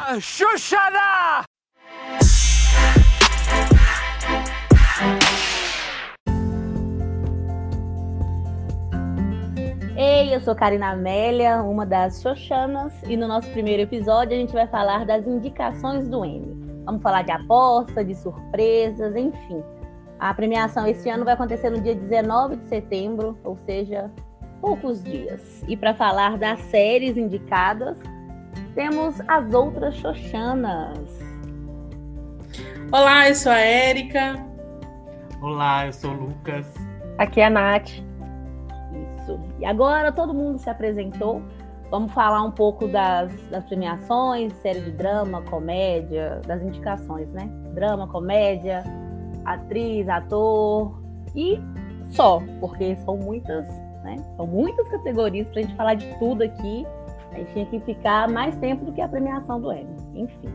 Xuxará! Ei, eu sou Karina Amélia, uma das Xoxanas, e no nosso primeiro episódio a gente vai falar das indicações do Emmy. Vamos falar de aposta, de surpresas, enfim. A premiação este ano vai acontecer no dia 19 de setembro, ou seja, poucos dias. E para falar das séries indicadas, temos as outras Xoxanas. Olá, eu sou a Érica. Olá, eu sou o Lucas. Aqui é a Nath. Isso. E agora todo mundo se apresentou. Vamos falar um pouco das premiações, série de drama, comédia, das indicações, né? Drama, comédia, atriz, ator e só, porque são muitas, né? São muitas categorias para a gente falar de tudo aqui. A gente tinha que ficar mais tempo do que a premiação do Emmy. Enfim.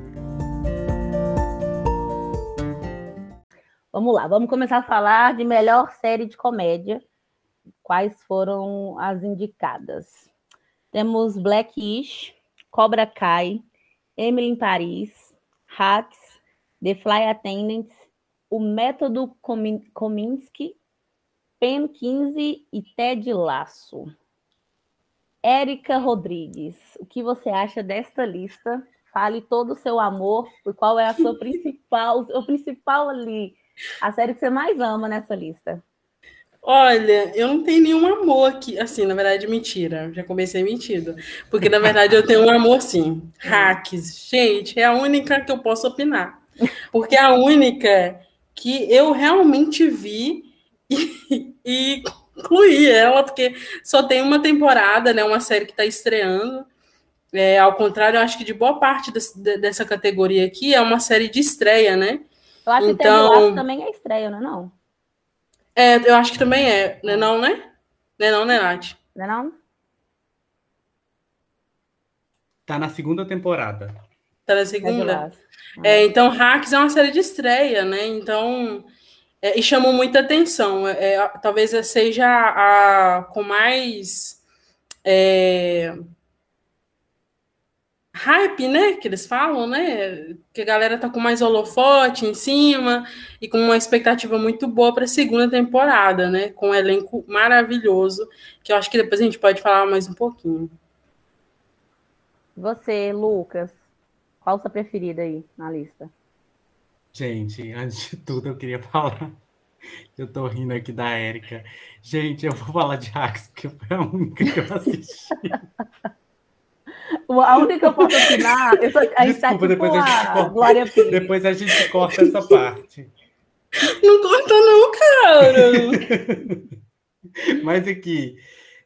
Vamos lá, vamos começar a falar de melhor série de comédia. Quais foram as indicadas? Temos Blackish, Cobra Kai, Emily in Paris, Hacks, The Flight Attendant, O Método Kominsky, Pen 15 e Ted Lasso. Érica Rodrigues, o que você acha desta lista? Fale todo o seu amor, por qual é a sua o principal ali, a série que você mais ama nessa lista. Olha, eu não tenho nenhum amor aqui. Assim, na verdade, mentira. Já comecei mentindo. Porque, na verdade, eu tenho um amor, sim. Hacks. Gente, é a única que eu posso opinar. Porque é a única que eu realmente vi e concluí ela, porque só tem uma temporada, né? Uma série que está estreando. Ao contrário, eu acho que de boa parte dessa categoria aqui é uma série de estreia, né? Eu acho que Ted Lasso também é estreia, não é não? Eu acho que também é. Não é não, né? Não é não, né, Nath? Não é não? Tá na segunda temporada. Tá na segunda? Então, Hacks é uma série de estreia, né? Então, e chamou muita atenção. Talvez seja a com mais hype, né? Que eles falam, né? Que a galera tá com mais holofote em cima e com uma expectativa muito boa para a segunda temporada, né? Com um elenco maravilhoso, que eu acho que depois a gente pode falar mais um pouquinho. Você, Lucas, qual a sua preferida aí na lista? Gente, antes de tudo eu queria falar. Eu tô rindo aqui da Érica. Gente, eu vou falar de Hacks, porque foi a única que eu assisti. A única que eu posso opinar... Desculpa, depois a gente corta essa parte. Não corta não, cara! Mas aqui,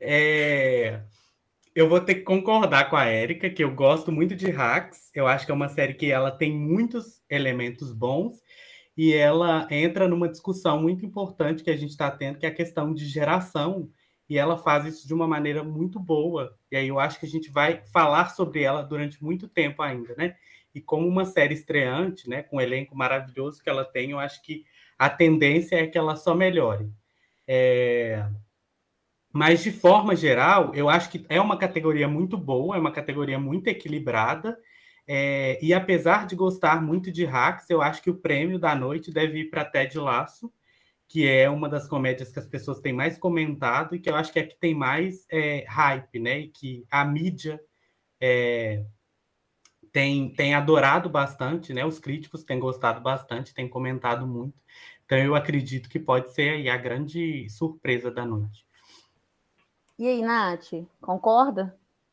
eu vou ter que concordar com a Érica, que eu gosto muito de Hacks. Eu acho que é uma série que ela tem muitos elementos bons e ela entra numa discussão muito importante que a gente está tendo, que é a questão de geração, e ela faz isso de uma maneira muito boa. E aí eu acho que a gente vai falar sobre ela durante muito tempo ainda, né? E como uma série estreante, né, com um elenco maravilhoso que ela tem, eu acho que a tendência é que ela só melhore. Mas, de forma geral, eu acho que é uma categoria muito boa, é uma categoria muito equilibrada, e apesar de gostar muito de Hacks, eu acho que o prêmio da noite deve ir para Ted Lasso, que é uma das comédias que as pessoas têm mais comentado e que eu acho que é a que tem mais hype, né? E que a mídia tem adorado bastante, né? Os críticos têm gostado bastante, têm comentado muito. Então, eu acredito que pode ser aí a grande surpresa da noite. E aí, Nath, concorda?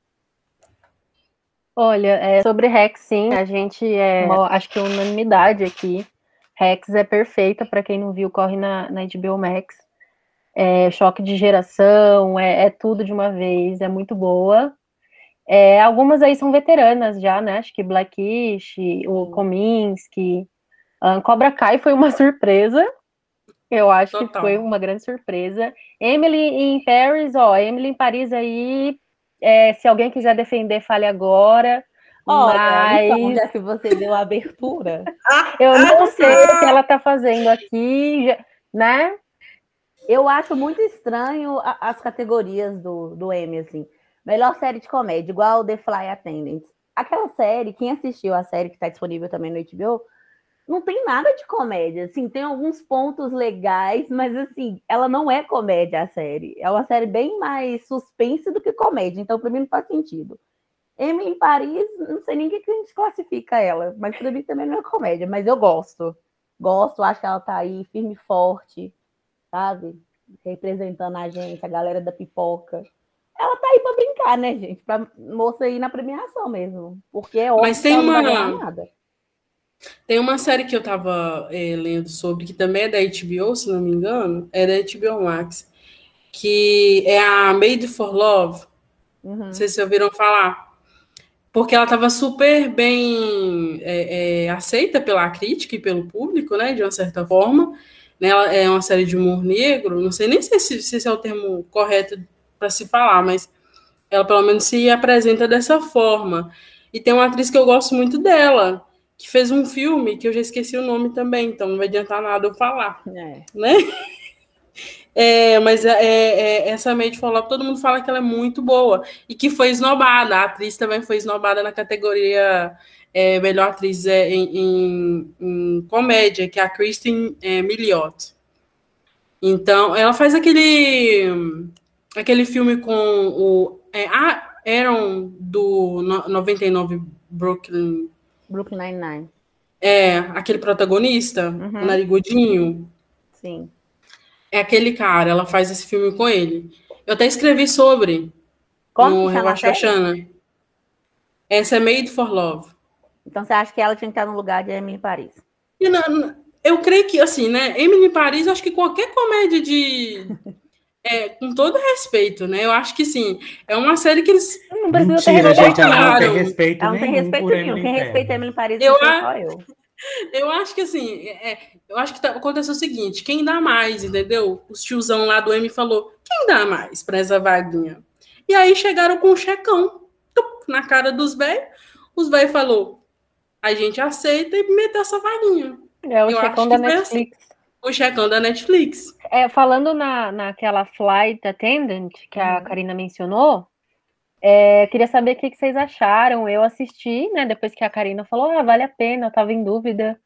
Olha, sobre Hacks, sim, a gente acho que é unanimidade aqui. Hacks é perfeita, para quem não viu, corre na HBO Max. Choque de geração, é tudo de uma vez, é muito boa. Algumas aí são veteranas já, né? Acho que Blackish, o Kominsky, Cobra Kai foi uma surpresa. Eu acho que foi uma grande surpresa. Emily in Paris, Emily in Paris aí, se alguém quiser defender, fale agora. Olha, então, já que você deu a abertura... Eu não sei o que ela está fazendo aqui, né? Eu acho muito estranho as categorias do Emmy, assim. Melhor série de comédia, igual The Flight Attendant. aquela série, quem assistiu a série que está disponível também no HBO, não tem nada de comédia, assim, tem alguns pontos legais, mas assim, ela não é comédia a série, é uma série bem mais suspense do que comédia, então para mim não faz sentido. Emily em Paris, não sei nem o que a gente classifica ela, mas para mim também não é comédia, mas eu gosto, acho que ela tá aí firme e forte, sabe? Representando a gente, a galera da pipoca. Ela tá aí pra brincar, né, gente? Pra moça ir na premiação mesmo, porque é óbvio Mas que ela não vai ganhar nada. Tem uma série que eu tava lendo sobre, que também é da HBO, se não me engano, é da HBO Max, que é a Made for Love. Não sei se ouviram falar. Porque ela estava super bem aceita pela crítica e pelo público, né, de uma certa forma. Né, ela é uma série de humor negro, não sei nem se esse é o termo correto para se falar, mas ela pelo menos se apresenta dessa forma. E tem uma atriz que eu gosto muito dela, que fez um filme que eu já esqueci o nome também, então não vai adiantar nada eu falar. Né? Mas essa Made for Love, todo mundo fala que ela é muito boa e que foi esnobada. A atriz também foi esnobada na categoria melhor atriz em comédia, que é a Kristen Miliot. Então, ela faz aquele filme com o Aaron do 99 Brooklyn Nine-Nine. Aquele protagonista, o narigudinho. Sim. É aquele cara, ela faz esse filme com ele. Eu até escrevi sobre no Relaxa Xana. Essa é Made for Love. Então você acha que ela tinha que estar no lugar de Emily em Paris? Eu creio que, assim, né? Emily em Paris, acho que qualquer comédia com todo respeito, né? Eu acho que, sim, é uma série que eles... Mentira, gente, ela não tem respeito nenhum. Ela não tem respeito nenhum. Quem respeita Emily em Paris é só eu. Eu acho que, assim, eu acho que aconteceu o seguinte, quem dá mais, entendeu? Os tiozão lá do M falou, quem dá mais pra essa vaguinha? E aí chegaram com um checão na cara dos velhos, os velhos falou, a gente aceita e meteu essa vaguinha. É o checão da Netflix. Assim, o checão da Netflix. Falando naquela Flight Attendant que a Karina mencionou, queria saber o que vocês acharam. Eu assisti, né, depois que a Karina falou, vale a pena, eu tava em dúvida.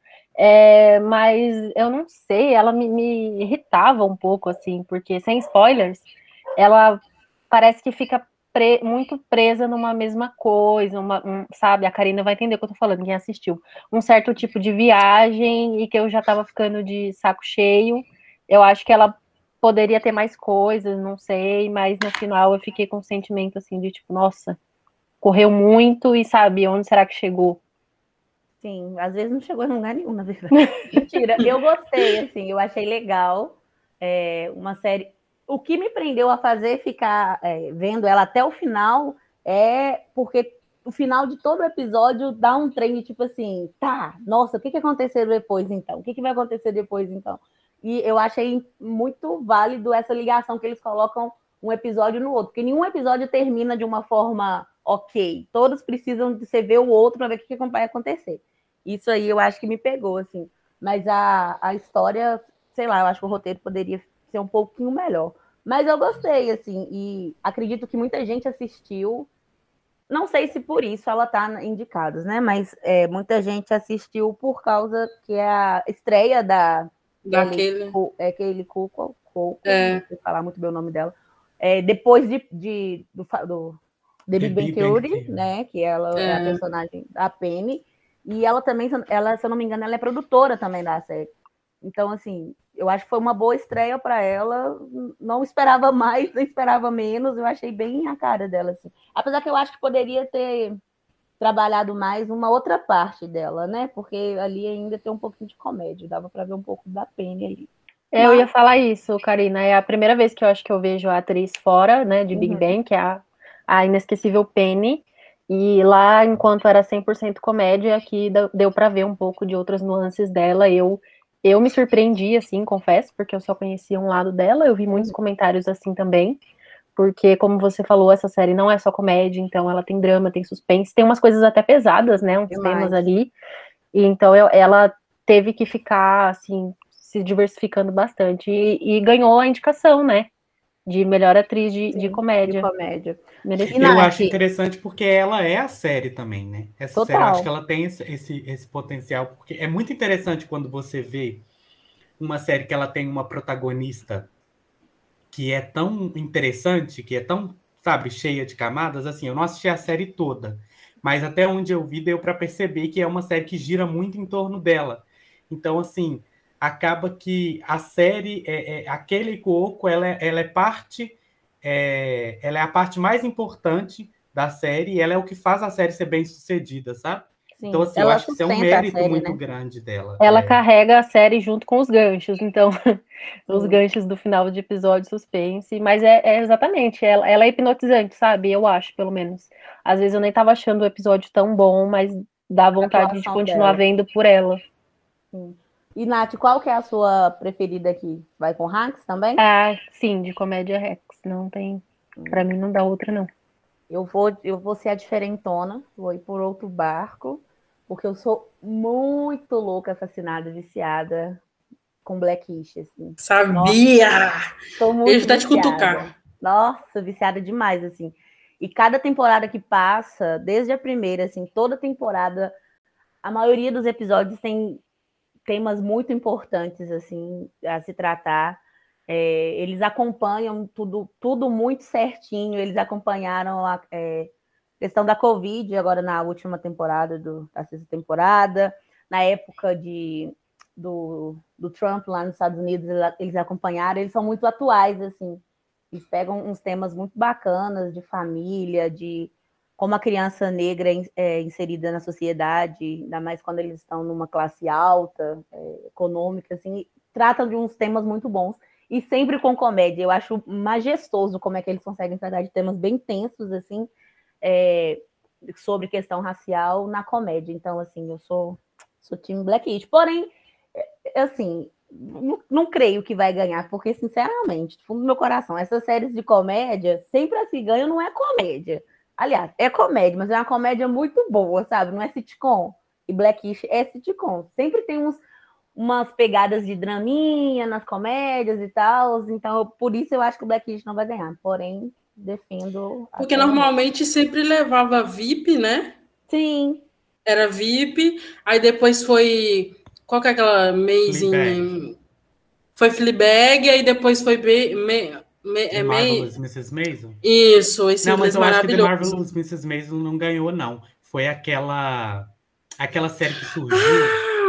Mas eu não sei, ela me irritava um pouco, assim, porque, sem spoilers, ela parece que fica muito presa numa mesma coisa, sabe? A Karina vai entender o que eu tô falando, quem assistiu. Um certo tipo de viagem e que eu já tava ficando de saco cheio. Eu acho que ela poderia ter mais coisas, não sei, mas no final eu fiquei com um sentimento assim de tipo, nossa, correu muito e sabe, onde será que chegou? Sim, às vezes não chegou em lugar nenhum, na verdade. Mentira, eu gostei, assim, eu achei legal. Uma série. O que me prendeu a fazer ficar vendo ela até o final é porque o final de todo episódio dá um trem de tipo assim, tá, nossa, o que aconteceu depois então? O que vai acontecer depois então? E eu achei muito válido essa ligação que eles colocam um episódio no outro, porque nenhum episódio termina de uma forma ok. Todos precisam de você ver o outro para ver o que vai acontecer. Isso aí eu acho que me pegou, assim. Mas a história, sei lá, eu acho que o roteiro poderia ser um pouquinho melhor. Mas eu gostei, assim, e acredito que muita gente assistiu. Não sei se por isso ela tá indicados, né? Mas muita gente assistiu por causa que é a estreia daquele Cuco, não sei falar muito bem o nome dela. Depois do The Big Bang Theory, né? Que ela é a personagem da Penny. E ela também, se eu não me engano, ela é produtora também da série. Então, assim, eu acho que foi uma boa estreia para ela. Não esperava mais, não esperava menos. Eu achei bem a cara dela, assim. Apesar que eu acho que poderia ter trabalhado mais uma outra parte dela, né? Porque ali ainda tem um pouquinho de comédia. Dava para ver um pouco da Penny ali. Eu ia falar isso, Karina. É a primeira vez que eu acho que eu vejo a atriz fora, né, de Big Bang, que é a inesquecível Penny. E lá, enquanto era 100% comédia, aqui deu para ver um pouco de outras nuances dela. Eu me surpreendi, assim, confesso, porque eu só conhecia um lado dela. Eu vi muitos comentários assim também, porque, como você falou, essa série não é só comédia, então ela tem drama, tem suspense, tem umas coisas até pesadas, né, uns temas ali. E então ela teve que ficar, assim, se diversificando bastante. E ganhou a indicação, né? de melhor atriz de De comédia. comédia. Merecido. Eu acho interessante porque ela é a série também, né? Essa série, eu Total. acho que ela tem esse potencial, porque é muito interessante quando você vê uma série que ela tem uma protagonista que é tão interessante, que é tão, sabe, cheia de camadas. Assim, eu não assisti a série toda, mas até onde eu vi deu para perceber que é uma série que gira muito em torno dela. Então, assim, acaba que a série, aquele Cuoco, ela é parte, ela é a parte mais importante da série e ela é o que faz a série ser bem sucedida, sabe? Então, Sim, assim, eu ela acho que isso é um sustenta a mérito série, muito né? grande dela. Ela carrega a série junto com os ganchos, então, os Sim. ganchos do final de episódio suspense, mas é exatamente, ela é hipnotizante, sabe? Eu acho, pelo menos. Às vezes eu nem tava achando o episódio tão bom, mas dá vontade de atuação continuar dela. vendo por ela. Sim. E, Nath, qual que é a sua preferida aqui? Vai com Hacks também? Ah, sim, de comédia Rex. Não tem. Pra mim não dá outra, não. Eu vou ser a diferentona, vou ir por outro barco, porque eu sou muito louca, fascinada, viciada com Blackish, assim. Sabia! Sou muito Ele tá te viciada. cutucar. Nossa, viciada demais, assim. E cada temporada que passa, desde a primeira, assim, toda temporada, a maioria dos episódios tem temas muito importantes, assim, a se tratar. Eles acompanham tudo muito certinho. Eles acompanharam a questão da Covid, agora na última temporada, da sexta temporada, na época do Trump lá nos Estados Unidos, eles acompanharam. Eles são muito atuais, assim. Eles pegam uns temas muito bacanas de família, de como a criança negra é inserida na sociedade, ainda mais quando eles estão numa classe alta, econômica, assim, tratam de uns temas muito bons. E sempre com comédia. Eu acho majestoso como é que eles conseguem tratar de temas bem tensos, assim, sobre questão racial na comédia. Então, assim, eu sou time Blackish. Porém, assim, não creio que vai ganhar, porque, sinceramente, do fundo do meu coração, essas séries de comédia, sempre assim ganham, não é comédia. Aliás, é comédia, mas é uma comédia muito boa, sabe? Não é sitcom. E Blackish é sitcom. Sempre tem umas pegadas de draminha nas comédias e tal. Então, por isso eu acho que o Blackish não vai ganhar. Porém, defendo a Porque série. normalmente sempre levava VIP, né? Sim. Era VIP, aí depois foi. Qual que é aquela Fleabag. Foi Fleabag, aí depois foi The Marvelous Mrs. Maisel? Isso, esse Não, mas inglês eu acho que The maravilhoso. Marvelous Mrs. Maisel não ganhou, não. Foi aquela série que surgiu.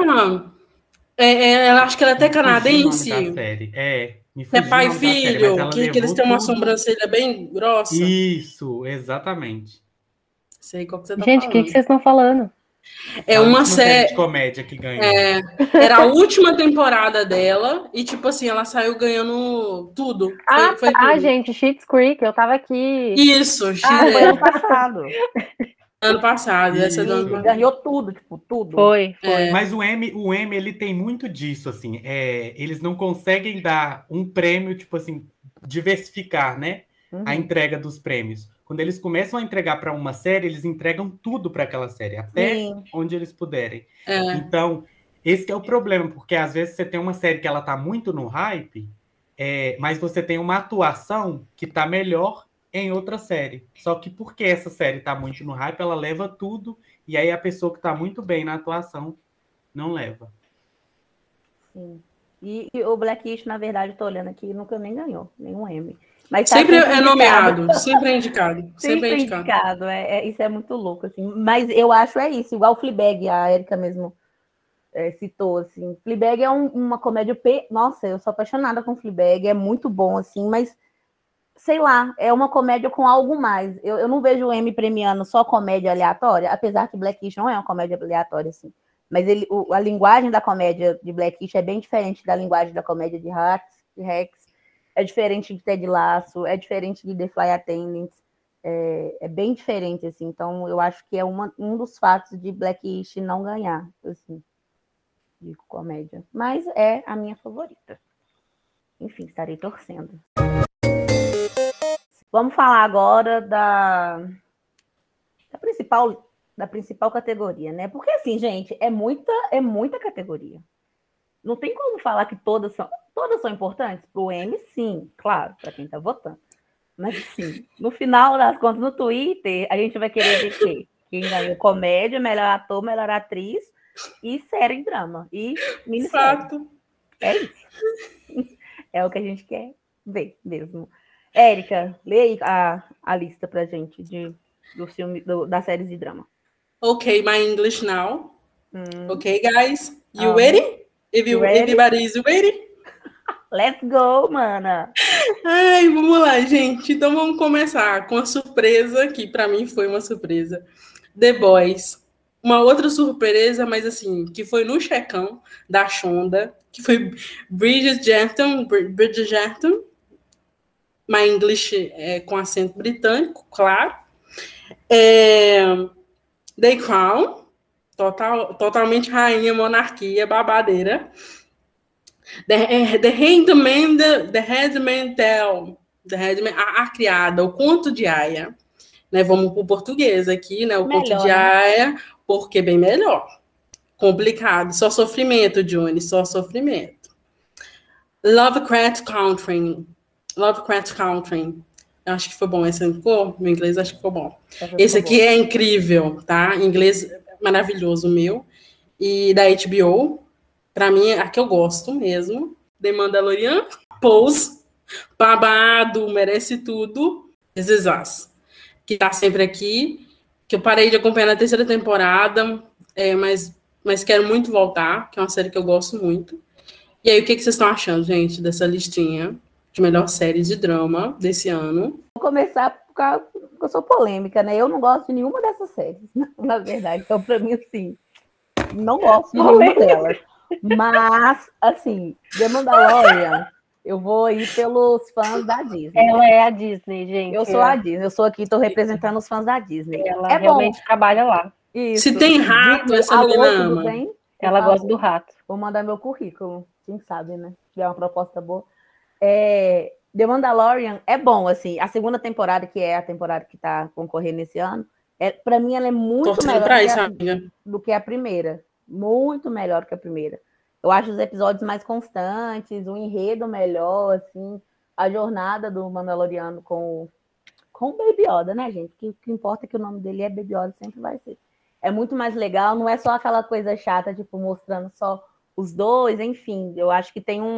Ela acho que ela é até Me fugiu o nome da canadense. série. Me Que é fugiu o pai e nome da série, mas filho, ela que eles levou têm uma tudo. sobrancelha bem grossa. Isso, exatamente. Sei qual que você tá Gente, o que falando. vocês estão falando? É A uma última série de série. comédia que ganhou. Era a última temporada dela, e tipo assim, ela saiu ganhando tudo. Foi Tá, tudo. gente, Schitt's Creek, eu tava aqui. Isso, Foi ano passado. ano passado. Essa é do ano Ele passado. ganhou tudo, tipo, tudo. Foi. Mas o Emmy, ele tem muito disso, assim. Eles não conseguem dar um prêmio, tipo assim, diversificar, né? A entrega dos prêmios. Quando eles começam a entregar para uma série, eles entregam tudo para aquela série, até onde eles puderem. Então, esse que é o problema, porque às vezes você tem uma série que ela tá muito no hype, mas você tem uma atuação que tá melhor em outra série. Só que porque essa série tá muito no hype, ela leva tudo, e aí a pessoa que tá muito bem na atuação não leva. Sim. E o Blackish, na verdade, estou olhando aqui, nunca nem ganhou nenhum Emmy. Mas sempre é indicado. nomeado, sempre é indicado. Sempre é indicado. Isso é muito louco, assim. Mas eu acho isso, igual o Fleabag, a Erika mesmo citou, assim. Fleabag é uma comédia... Nossa, eu sou apaixonada com Fleabag, é muito bom, assim, mas sei lá, é uma comédia com algo mais. Eu não vejo o Emmy premiando só comédia aleatória, apesar que Blackish não é uma comédia aleatória, assim. Mas a linguagem da comédia de Blackish é bem diferente da linguagem da comédia de Rex. É diferente de Ted Lasso, é diferente de The Fly Attendant. É bem diferente, assim. Então, eu acho que é um dos fatos de Blackish não ganhar, assim, de comédia. Mas é a minha favorita. Enfim, estarei torcendo. Vamos falar agora da principal categoria, né? Porque assim, gente, é muita categoria. Não tem como falar que todas Todas são importantes? Pro M, sim, claro, para quem tá votando. Mas, assim, no final das contas, no Twitter, a gente vai querer ver quê? Quem ganhou comédia, melhor ator, melhor atriz e série em drama. E minissérie. Fato. É isso. É o que a gente quer ver mesmo. Érica, lê aí a lista pra gente do filme, das séries de drama. Okay, my English now. Okay, guys, you ready? You ready? Everybody is ready? Let's go, mana! Ai, vamos lá, gente. Então vamos começar com a surpresa, que para mim foi uma surpresa. The Boys. Uma outra surpresa, mas assim, que foi no checão da Shonda, que foi Bridgerton. My English com acento britânico, claro. The Crown. Totalmente rainha, monarquia, babadeira. The Handmaid's Tale. A Criada, o Conto de Aia. Né, vamos para o português aqui, né? O melhor, Conto de Aia, porque bem melhor. Complicado. Só sofrimento, Johnny, só sofrimento. Lovecraft Country. Eu acho que foi bom. Esse ficou? Meu inglês acho que foi bom. Esse aqui é incrível, tá? Inglês maravilhoso meu. E da HBO. Pra mim, a que eu gosto mesmo. The Mandalorian. Pose. Babado. Merece tudo. This Is Us. Que tá sempre aqui. Que eu parei de acompanhar na terceira temporada. Mas quero muito voltar. Que é uma série que eu gosto muito. E aí, o que vocês estão achando, gente, dessa listinha de melhor séries de drama desse ano? Vou começar porque eu sou polêmica, né? Eu não gosto de nenhuma dessas séries, na verdade. Então, pra mim, assim, não gosto de nenhuma delas. Mas, assim, The Mandalorian, eu vou ir pelos fãs da Disney. Ela é a Disney, gente. Eu sou a Disney. Eu sou aqui, tô representando os fãs da Disney. Ela realmente trabalha lá. Isso. Se tem rato, essa menina ama. Ela gosta do rato. Vou mandar meu currículo. Quem sabe, né? Se tiver uma proposta boa. The Mandalorian é bom, assim. A segunda temporada, que é a temporada que tá concorrendo esse ano, para mim ela é muito melhor do que a primeira. Muito melhor que a primeira. Eu acho os episódios mais constantes, o enredo melhor, assim, a jornada do Mandaloriano com o Baby Yoda, né, gente? O que importa é que o nome dele é Baby Yoda, sempre vai ser. É muito mais legal, não é só aquela coisa chata, tipo, mostrando só os dois, enfim. Eu acho que tem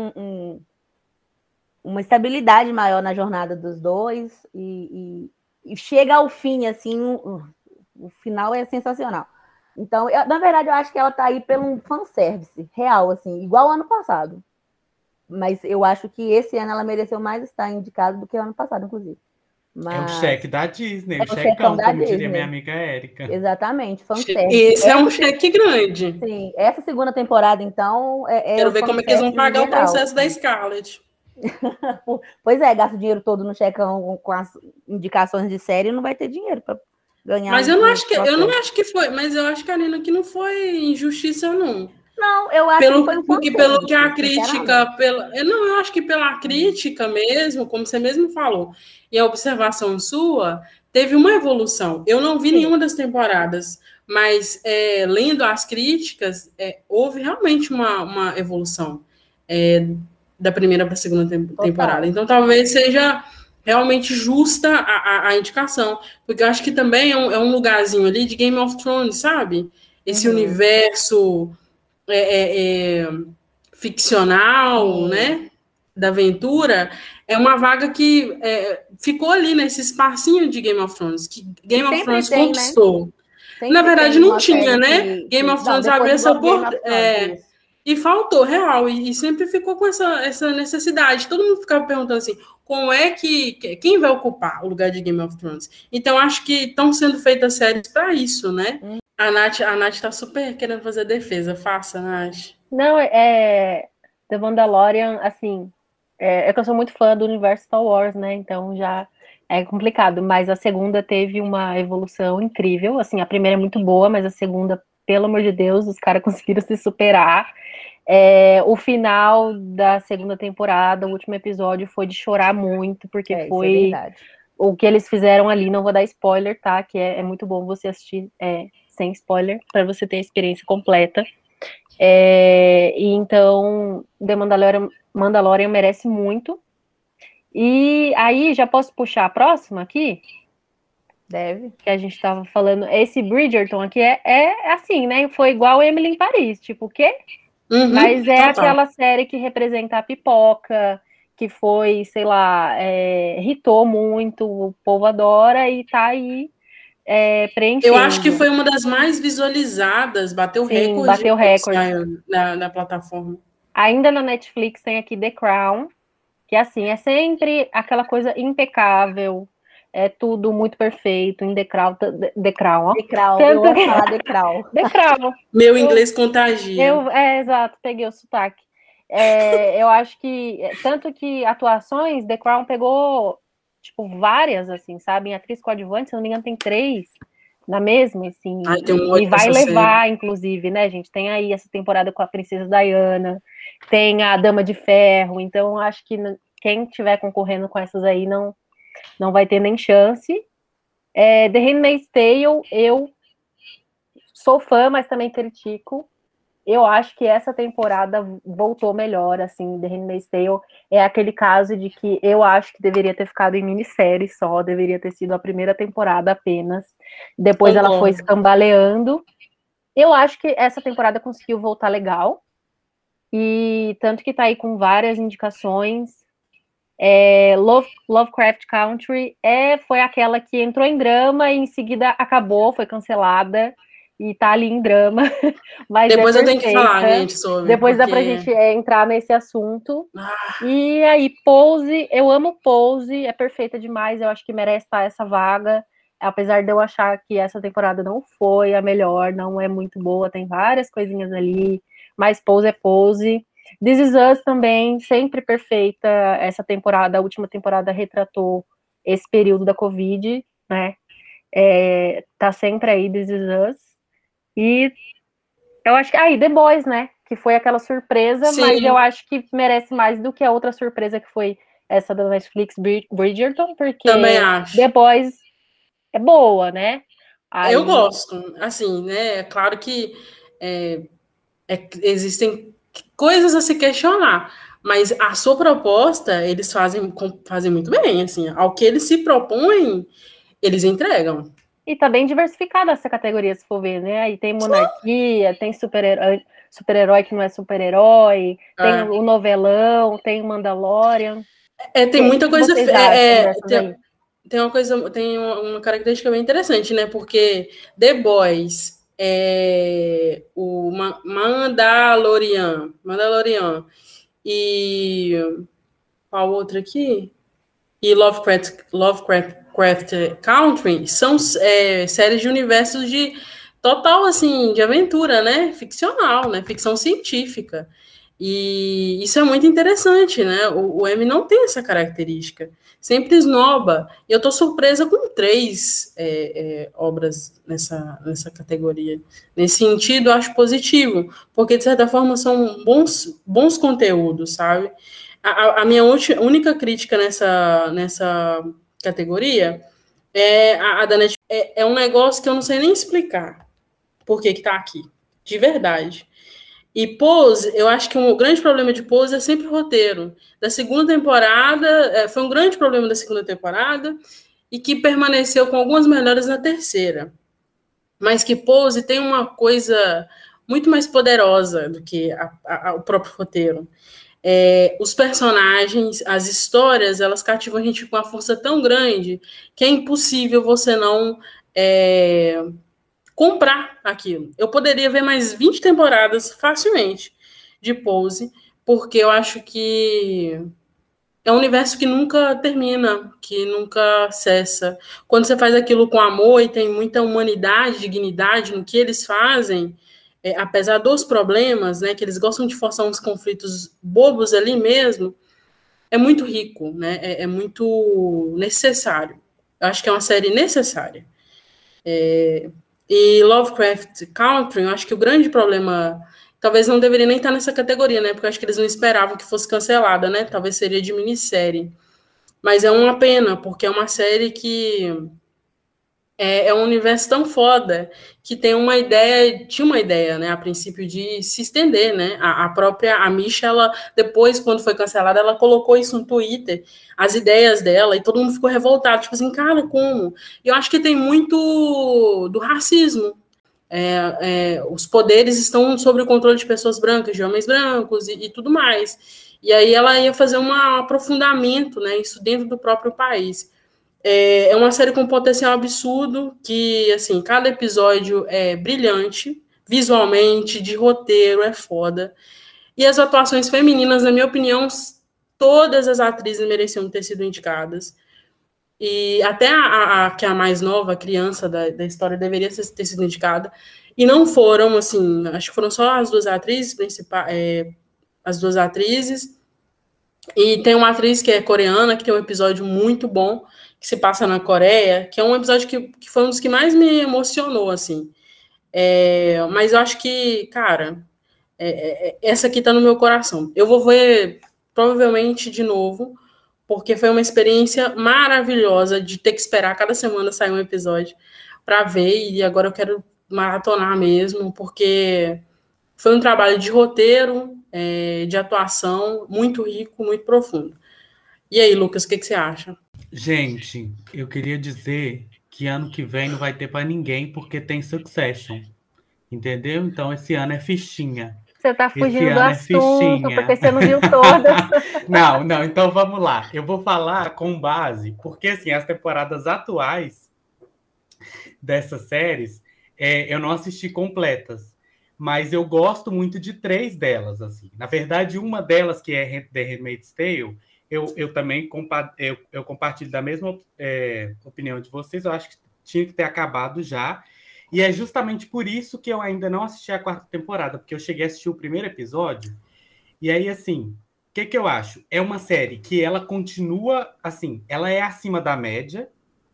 uma estabilidade maior na jornada dos dois e chega ao fim, assim, o final é sensacional. Então, na verdade, eu acho que ela tá aí pelo fanservice real, assim, igual ao ano passado. Mas eu acho que esse ano ela mereceu mais estar indicada do que o ano passado, inclusive. Mas... É o cheque da Disney, o checão, como diria minha amiga Érica. Exatamente, fanservice. Esse é um cheque grande. Sim, essa segunda temporada, então... Quero ver como é que eles vão pagar o processo da Scarlett. Pois é, gasta o dinheiro todo no checão com as indicações de série e não vai ter dinheiro para ganhar. Mas eu não acho que foi, mas eu acho, Karina, que não foi injustiça, não. Não, eu acho que foi porque pelo que a crítica, eu acho que pela crítica mesmo, como você mesmo falou, e a observação sua, teve uma evolução. Eu não vi nenhuma das temporadas, mas lendo as críticas, houve realmente uma evolução da primeira para a segunda temporada. Então, talvez seja realmente justa a indicação, porque eu acho que também é um lugarzinho ali de Game of Thrones, sabe? Esse universo ficcional, né, da aventura, é uma vaga que ficou ali nesse espacinho de Game of Thrones, que Game of Thrones conquistou. Né? Na verdade, não tinha, né? Game of Thrones abriu essa porta. E faltou, real, e sempre ficou com essa necessidade. Todo mundo ficava perguntando assim, como é quem vai ocupar o lugar de Game of Thrones? Então, acho que estão sendo feitas séries para isso, né? A Nath tá super querendo fazer defesa. Faça, Nath. Não, The Mandalorian, assim, que eu sou muito fã do universo Star Wars, né? Então já é complicado, mas a segunda teve uma evolução incrível. Assim, a primeira é muito boa, mas a segunda, pelo amor de Deus, os caras conseguiram se superar. O final da segunda temporada, o último episódio, foi de chorar muito, porque foi o que eles fizeram ali. Não vou dar spoiler, tá? Que é muito bom você assistir sem spoiler, para você ter a experiência completa. E então, The Mandalorian Mandalorian merece muito. E aí, já posso puxar a próxima aqui? Deve. Que a gente tava falando. Esse Bridgerton aqui é assim, né? Foi igual Emily em Paris. Tipo, o quê? Mas é aquela série que representa a pipoca, que foi, sei lá, hitou muito, o povo adora e tá aí preenchendo. Eu acho que foi uma das mais visualizadas, bateu recorde. Bateu recorde na plataforma. Ainda na Netflix tem aqui The Crown, que assim, é sempre aquela coisa impecável, é tudo muito perfeito em The Crown, ó. The Crown, eu vou falar The Crown. The Crown. Meu inglês contagia. Exato, peguei o sotaque. Eu acho que, tanto que atuações, The Crown pegou, tipo, várias, assim, sabe? Em atriz coadjuvante, se não me engano, tem 3 na mesma, assim. E vai levar, inclusive, né, gente? Tem aí essa temporada com a Princesa Diana, tem a Dama de Ferro, então acho que quem estiver concorrendo com essas aí não vai ter nem chance. The Handmaid's Tale, eu sou fã, mas também critico. Eu acho que essa temporada voltou melhor, assim, The Handmaid's Tale é aquele caso de que eu acho que deveria ter ficado em minissérie só, deveria ter sido a primeira temporada apenas, depois ela foi se cambaleando. Eu acho que essa temporada conseguiu voltar legal, e tanto que tá aí com várias indicações. Lovecraft Country foi aquela que entrou em drama e em seguida acabou, foi cancelada, e tá ali em drama. Mas depois eu tenho que falar, gente, sobre. Depois dá pra gente entrar nesse assunto. E aí, Pose, eu amo Pose, é perfeita demais, eu acho que merece estar essa vaga. Apesar de eu achar que essa temporada não foi a melhor, não é muito boa, tem várias coisinhas ali, mas Pose é Pose. This Is Us também, sempre perfeita. Essa temporada, a última temporada retratou esse período da Covid, né? Tá sempre aí This Is Us. E eu acho que The Boys, né? Que foi aquela surpresa, sim, mas eu acho que merece mais do que a outra surpresa que foi essa da Netflix, Bridgerton, porque também acho. The Boys é boa, né? Aí... Eu gosto, assim, né? É claro que existem coisas a se questionar, mas a sua proposta, eles fazem muito bem, assim, ao que eles se propõem, eles entregam. E tá bem diversificada essa categoria, se for ver, né? Aí tem monarquia, tem super-herói que não é super-herói, tem o novelão, tem o Mandalorian. Tem muita coisa... Tem uma característica bem interessante, né? Porque The Boys, o Mandalorian e qual outro aqui? E Lovecraft Country são séries de universos de total, assim, de aventura, né? Ficcional, né? Ficção científica. E isso é muito interessante, né? O M não tem essa característica. Sempre esnoba. E eu estou surpresa com 3 obras nessa categoria. Nesse sentido, eu acho positivo, porque, de certa forma, são bons conteúdos, sabe? A minha única crítica nessa categoria é a da Netflix. É um negócio que eu não sei nem explicar por que está aqui, de verdade. E Pose, eu acho que um grande problema de Pose é sempre o roteiro. Da segunda temporada, foi um grande problema da segunda temporada, e que permaneceu com algumas melhoras na terceira. Mas que Pose tem uma coisa muito mais poderosa do que o próprio roteiro. Os personagens, as histórias, elas cativam a gente com uma força tão grande que é impossível você não comprar aquilo. Eu poderia ver mais 20 temporadas facilmente de Pose, porque eu acho que é um universo que nunca termina, que nunca cessa. Quando você faz aquilo com amor e tem muita humanidade, dignidade no que eles fazem, apesar dos problemas, né, que eles gostam de forçar uns conflitos bobos ali mesmo, é muito rico, né, é muito necessário. Eu acho que é uma série necessária. E Lovecraft Country, eu acho que o grande problema, talvez não deveria nem estar nessa categoria, né, porque eu acho que eles não esperavam que fosse cancelada, né, talvez seria de minissérie. Mas é uma pena, porque é uma série que é um universo tão foda que tinha uma ideia, né, a princípio, de se estender, né? A própria Misha, ela, depois, quando foi cancelada, ela colocou isso no Twitter, as ideias dela, e todo mundo ficou revoltado, tipo assim, cara, como? E eu acho que tem muito do racismo. Os poderes estão sob o controle de pessoas brancas, de homens brancos e tudo mais. E aí ela ia fazer um aprofundamento, né, isso dentro do próprio país. É uma série com potencial absurdo, que, assim, cada episódio é brilhante, visualmente, de roteiro, é foda. E as atuações femininas, na minha opinião, todas as atrizes mereciam ter sido indicadas. E até que é a mais nova, a criança da história, deveria ter sido indicada. E não foram, assim, acho que foram só as duas atrizes principais, as duas atrizes. E tem uma atriz que é coreana, que tem um episódio muito bom, que se passa na Coreia, que é um episódio que foi um dos que mais me emocionou, assim. Mas eu acho que, cara, essa aqui tá no meu coração. Eu vou ver, provavelmente, de novo, porque foi uma experiência maravilhosa de ter que esperar cada semana sair um episódio para ver, e agora eu quero maratonar mesmo, porque foi um trabalho de roteiro, de atuação, muito rico, muito profundo. E aí, Lucas, o que você acha? Gente, eu queria dizer que ano que vem não vai ter para ninguém, porque tem Succession. Entendeu? Então, esse ano é fichinha. Você tá Esse fugindo do ano é assunto, fichinha. porque você não viu todas. Não, então vamos lá. Eu vou falar com base, porque assim, as temporadas atuais dessas séries, eu não assisti completas, mas eu gosto muito de 3 delas, assim. Na verdade, uma delas, que é The Handmaid's Tale, eu também eu compartilho da mesma opinião de vocês. Eu acho que tinha que ter acabado já. E é justamente por isso que eu ainda não assisti a 4ª temporada, porque eu cheguei a assistir o primeiro episódio, e aí, assim, o que eu acho? É uma série que ela continua, assim, ela é acima da média,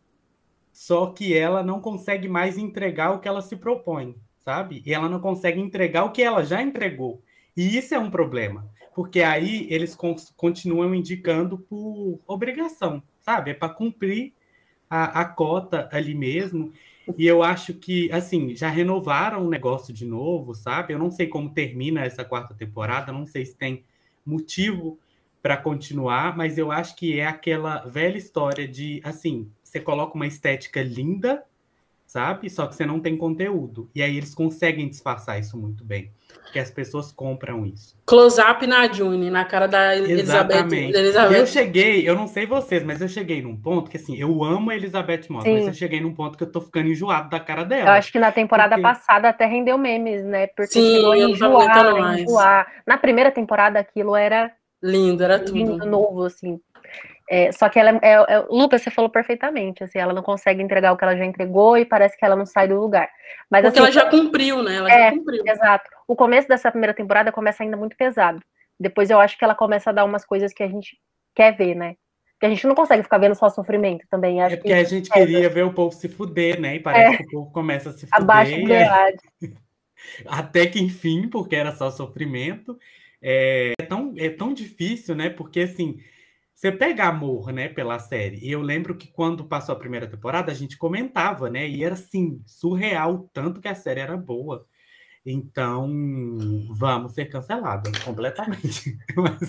só que ela não consegue mais entregar o que ela se propõe, sabe? E ela não consegue entregar o que ela já entregou. E isso é um problema, porque aí eles continuam indicando por obrigação, sabe? É para cumprir a cota ali mesmo. E eu acho que, assim, já renovaram o negócio de novo, sabe? Eu não sei como termina essa 4ª temporada, não sei se tem motivo para continuar, mas eu acho que é aquela velha história de, assim, você coloca uma estética linda, sabe? Só que você não tem conteúdo. E aí eles conseguem disfarçar isso muito bem, porque as pessoas compram isso. Close-up na June, na cara da Exatamente. Elizabeth. Eu não sei vocês, mas eu cheguei num ponto que, assim, eu amo a Elizabeth Moss, Sim. mas eu cheguei num ponto que eu tô ficando enjoado da cara dela. Eu acho que na temporada passada até rendeu memes, né? Porque Sim, chegou a eu não tava aguentando enjoar. Na primeira temporada aquilo era lindo, era lindo, tudo. novo, assim. Só que ela Lucas, você falou perfeitamente, assim, ela não consegue entregar o que ela já entregou e parece que ela não sai do lugar. Mas, porque assim, ela já cumpriu, né? Ela já cumpriu. Exato. O começo dessa primeira temporada começa ainda muito pesado. Depois eu acho que ela começa a dar umas coisas que a gente quer ver, né? Porque a gente não consegue ficar vendo só sofrimento também. Acho porque a gente queria ver o povo se fuder, né? E parece que o povo começa a se fuder. Abaixo do grade. Até que enfim, porque era só sofrimento. É tão difícil, né? Porque, assim, você pega amor, né, pela série. E eu lembro que quando passou a primeira temporada, a gente comentava, né? E era, assim, surreal o tanto que a série era boa. Então, vamos ser cancelados completamente.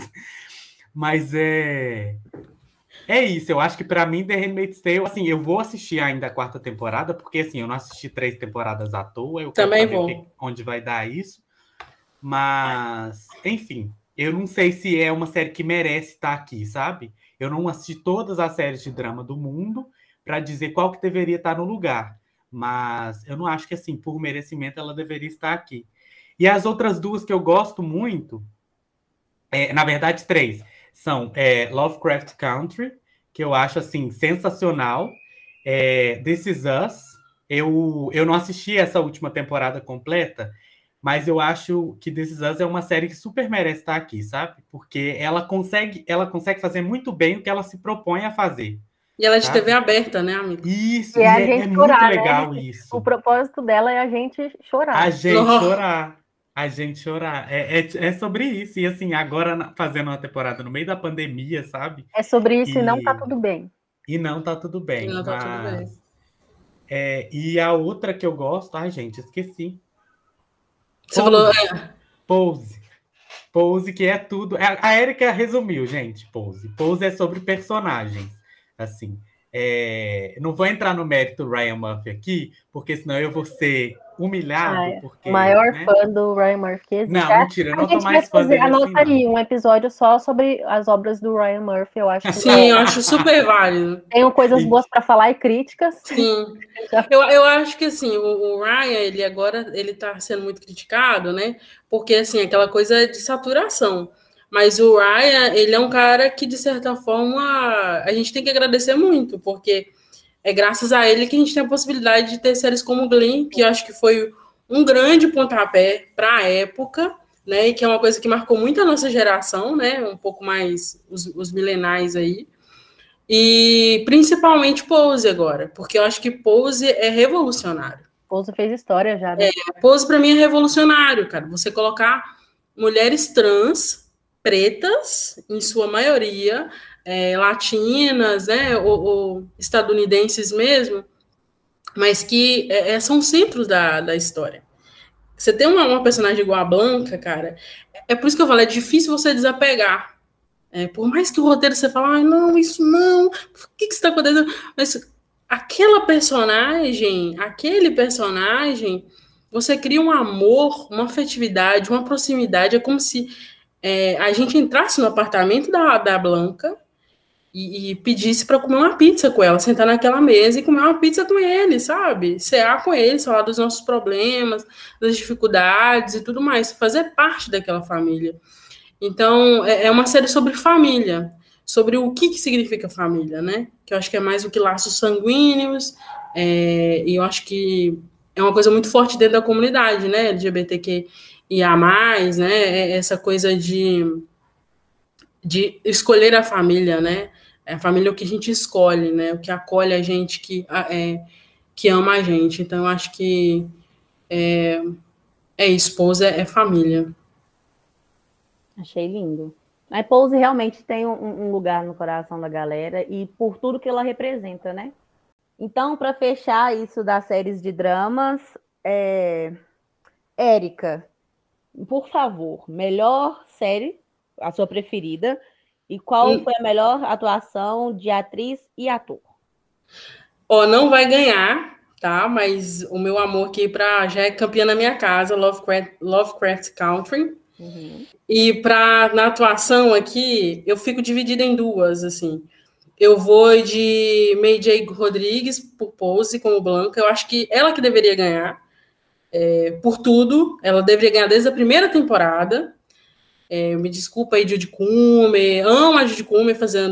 Mas é isso. Eu acho que, para mim, The Handmaid's Tale, assim, eu vou assistir ainda a 4ª temporada, porque, assim, eu não assisti 3 temporadas à toa. Eu quero saber onde vai dar isso. Mas, enfim, eu não sei se é uma série que merece estar aqui, sabe? Eu não assisti todas as séries de drama do mundo para dizer qual que deveria estar no lugar. Mas eu não acho que, assim, por merecimento, ela deveria estar aqui. E as outras 2 que eu gosto muito, na verdade, 3, são Lovecraft Country, que eu acho, assim, sensacional. This Is Us. Eu não assisti essa última temporada completa, mas eu acho que This Is Us é uma série que super merece estar aqui, sabe? Porque ela consegue fazer muito bem o que ela se propõe a fazer. E ela é de TV aberta, né, amigo? Isso, e é muito legal, né? Isso. O propósito dela é a gente chorar. A gente chorar. É sobre isso. E, assim, agora fazendo uma temporada no meio da pandemia, sabe? É sobre isso e não tá tudo bem. E não tá tudo bem. E não tá tudo bem. E a outra que eu gosto, ai, gente, esqueci. Você falou. Pose. Pose, que é tudo. A Erika resumiu, gente, Pose. Pose é sobre personagens. Assim. Não vou entrar no mérito do Ryan Murphy aqui, porque senão eu vou ser humilhado. Porque, o maior fã do Ryan Murphy que existe. Não, mentira, eu não tô mais fã dele anota assim, aí um episódio só sobre as obras do Ryan Murphy, eu acho. Sim, eu acho super válido. Tenho coisas boas para falar e críticas. Sim. Eu acho que, assim, o Ryan, ele agora, ele tá sendo muito criticado, né? Porque, assim, aquela coisa de saturação. Mas o Ryan, ele é um cara que, de certa forma, a gente tem que agradecer muito, porque é graças a ele que a gente tem a possibilidade de ter séries como Glee, que eu acho que foi um grande pontapé para a época, né? E que é uma coisa que marcou muito a nossa geração, né? Um pouco mais os milenais aí. E principalmente Pose agora, porque eu acho que Pose é revolucionário. Pose fez história já, né? Pose para mim é revolucionário, cara. Você colocar mulheres trans, pretas, em sua maioria, latinas, né, ou estadunidenses mesmo, mas que são centros da história. Você tem uma personagem igual a Blanca, cara, é por isso que eu falo, é difícil você desapegar. Por mais que o roteiro você fala, ai, não, isso não, por que está acontecendo? Mas aquele personagem, você cria um amor, uma afetividade, uma proximidade, é como se a gente entrasse no apartamento da Blanca e pedisse para comer uma pizza com ela, sentar naquela mesa e comer uma pizza com ele, sabe? Cear com ele, falar dos nossos problemas, das dificuldades e tudo mais, fazer parte daquela família. Então, é uma série sobre família, sobre o que significa família, né? Que eu acho que é mais do que laços sanguíneos, e eu acho que é uma coisa muito forte dentro da comunidade, né? LGBTQIA+, né? Essa coisa de escolher a família, né? A família é o que a gente escolhe, né? O que acolhe a gente, que ama a gente. Então, eu acho que esposa é família. Achei lindo. A Pose realmente tem um lugar no coração da galera e por tudo que ela representa, né? Então, para fechar isso das séries de dramas, Érica, por favor, melhor série, a sua preferida, e qual foi a melhor atuação de atriz e ator? Não vai ganhar, tá? Mas o meu amor aqui já é campeã na minha casa, Lovecraft Country. Uhum. E na atuação aqui, eu fico dividida em duas, assim. Eu vou de May J. Rodrigues por Pose como Blanca. Eu acho que ela que deveria ganhar por tudo. Ela deveria ganhar desde a primeira temporada. Me desculpa aí, Judy Comer. Amo a Judy Comer fazendo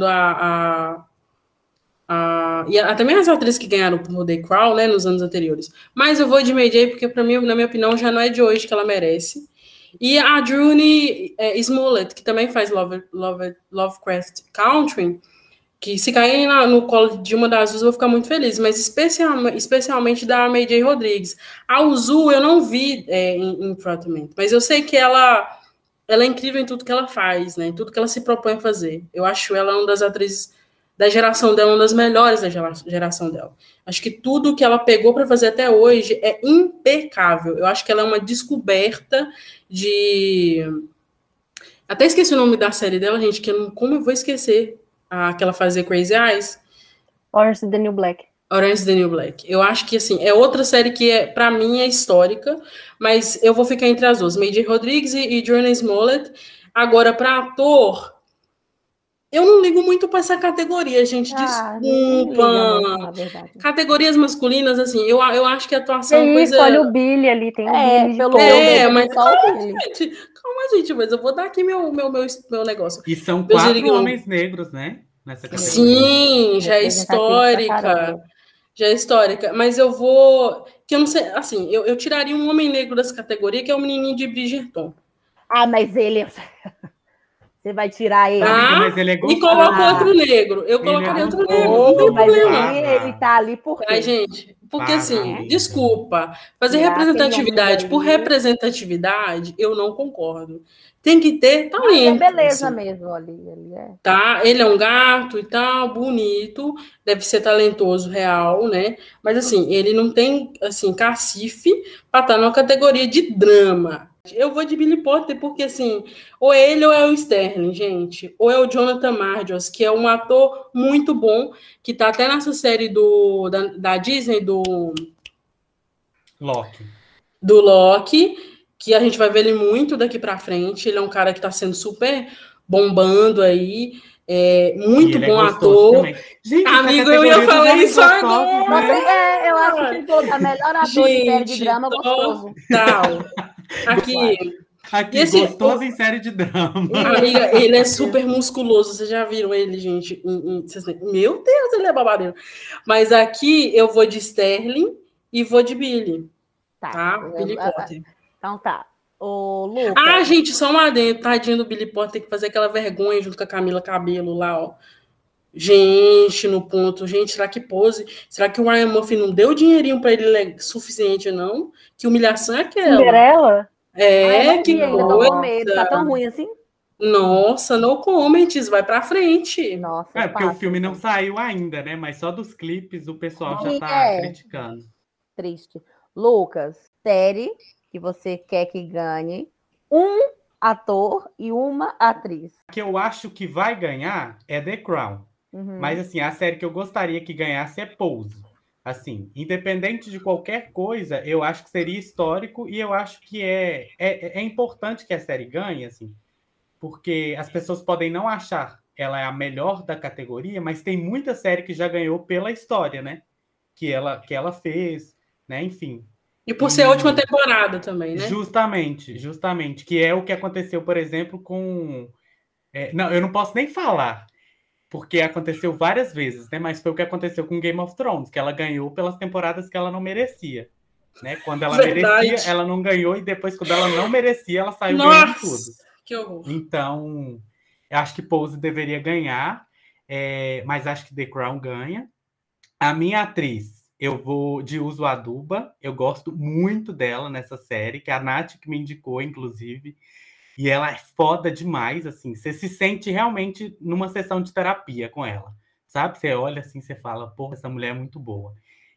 e também as atrizes que ganharam por The Crown, né, nos anos anteriores. Mas eu vou de May J, porque para mim, na minha opinião, já não é de hoje que ela merece. E a Jurnee Smollett, que também faz Lovecraft Country, que se cair no colo de uma das duas, eu vou ficar muito feliz, mas especialmente da May J. Rodrigues. A Uzu eu não vi em tratamento, mas eu sei que ela é incrível em tudo que ela faz, né, em tudo que ela se propõe a fazer. Eu acho ela uma das atrizes da geração dela, uma das melhores da geração dela. Acho que tudo que ela pegou para fazer até hoje é impecável. Eu acho que ela é uma descoberta de... Até esqueci o nome da série dela, gente, como eu vou esquecer que ela fazia Crazy Eyes? Orange is the New Black. Orange is the New Black. Eu acho que, assim, é outra série que, para mim, é histórica, mas eu vou ficar entre as duas, May J. Rodrigues e Jurnee Smollett. Agora, para ator... Eu não ligo muito para essa categoria, gente. Desculpa. Categorias masculinas, assim, eu acho que a atuação é coisa... Olha o Billy ali, tem o Billy de pelo mas calma, gente, mas eu vou dar aqui meu negócio. E são 4 homens negros, né? Nessa categoria. Sim, já é histórica. Já é histórica. Mas eu vou... Que eu não sei, assim, eu tiraria um homem negro dessa categoria, que é o menininho de Bridgerton. Mas ele... Você vai tirar ele. Mas ele é E gostoso. coloca outro negro. Eu colocaria outro negro. Não tem Mas problema. ele tá ali por quê? Gente, porque assim, Amiga. desculpa, fazer Tirar aquele representatividade homem por dali. representatividade, eu não concordo. Tem que ter Mas é talento. beleza assim. mesmo ali. Ele é. Tá? Ele é um gato e tal, bonito, deve ser talentoso, real, né? Mas assim, ele não tem assim cacife para estar numa categoria de drama. Eu vou de Billy Potter porque assim, ou é ele ou é o Sterling, gente, ou é o Jonathan Majors, que é um ator muito bom, que tá até nessa série da Disney Loki. do Loki, que a gente vai ver ele muito daqui para frente. Ele é um cara que está sendo super bombando aí, muito E ele bom é gostoso ator. também. Gente, Amigo, eu ia falar isso agora. Nossa, eu acho que colocar melhor ator em série de drama gostoso. Total. Aqui, Aqui, esse- gostoso em série de drama. amiga, ele é super musculoso. Vocês já viram ele, gente? Meu Deus, ele é babadeiro. Mas aqui eu vou de Sterling e vou de Billy. Tá? Billy Potter. Então tá. Ô, Lucas. Ah, gente, só um adendo. Tadinho do Billy Potter, tem que fazer aquela vergonha junto com a Camila Cabello lá, ó. Gente, no ponto. Gente, será que pose? Será que o Ryan Murphy não deu dinheirinho pra ele suficiente, não? Que humilhação é aquela? Cinderela? Ai, Que ainda tô com medo. coisa. Tá tão ruim assim? Nossa, no comments, vai pra frente. Nossa, Porque o passa. filme não saiu ainda, né? Mas só dos clipes o pessoal já tá É. criticando. Triste. Lucas, série que você quer que ganhe um ator e uma atriz. O que eu acho que vai ganhar é The Crown. Mas, assim, a série que eu gostaria que ganhasse é Pose. Assim, independente de qualquer coisa, eu acho que seria histórico e eu acho que é importante que a série ganhe, assim, porque as pessoas podem não achar ela é a melhor da categoria, mas tem muita série que já ganhou pela história, né? Que ela fez, né? Enfim. E por ser a última temporada também, né? Justamente. Que é o que aconteceu, por exemplo, com... não, eu não posso nem falar, porque aconteceu várias vezes, né? Mas foi o que aconteceu com Game of Thrones, que ela ganhou pelas temporadas que ela não merecia. Né? Quando ela merecia, ela não ganhou, e depois, quando ela não merecia, ela saiu ganhando tudo. Que horror. Então, eu acho que Pose deveria ganhar, mas acho que The Crown ganha. A minha atriz, eu vou de Uso Aduba. Eu gosto muito dela nessa série, que a Nath que me indicou, inclusive. E ela é foda demais, assim. Você se sente realmente numa sessão de terapia com ela, sabe? Você olha assim, você fala, porra, essa mulher é muito boa.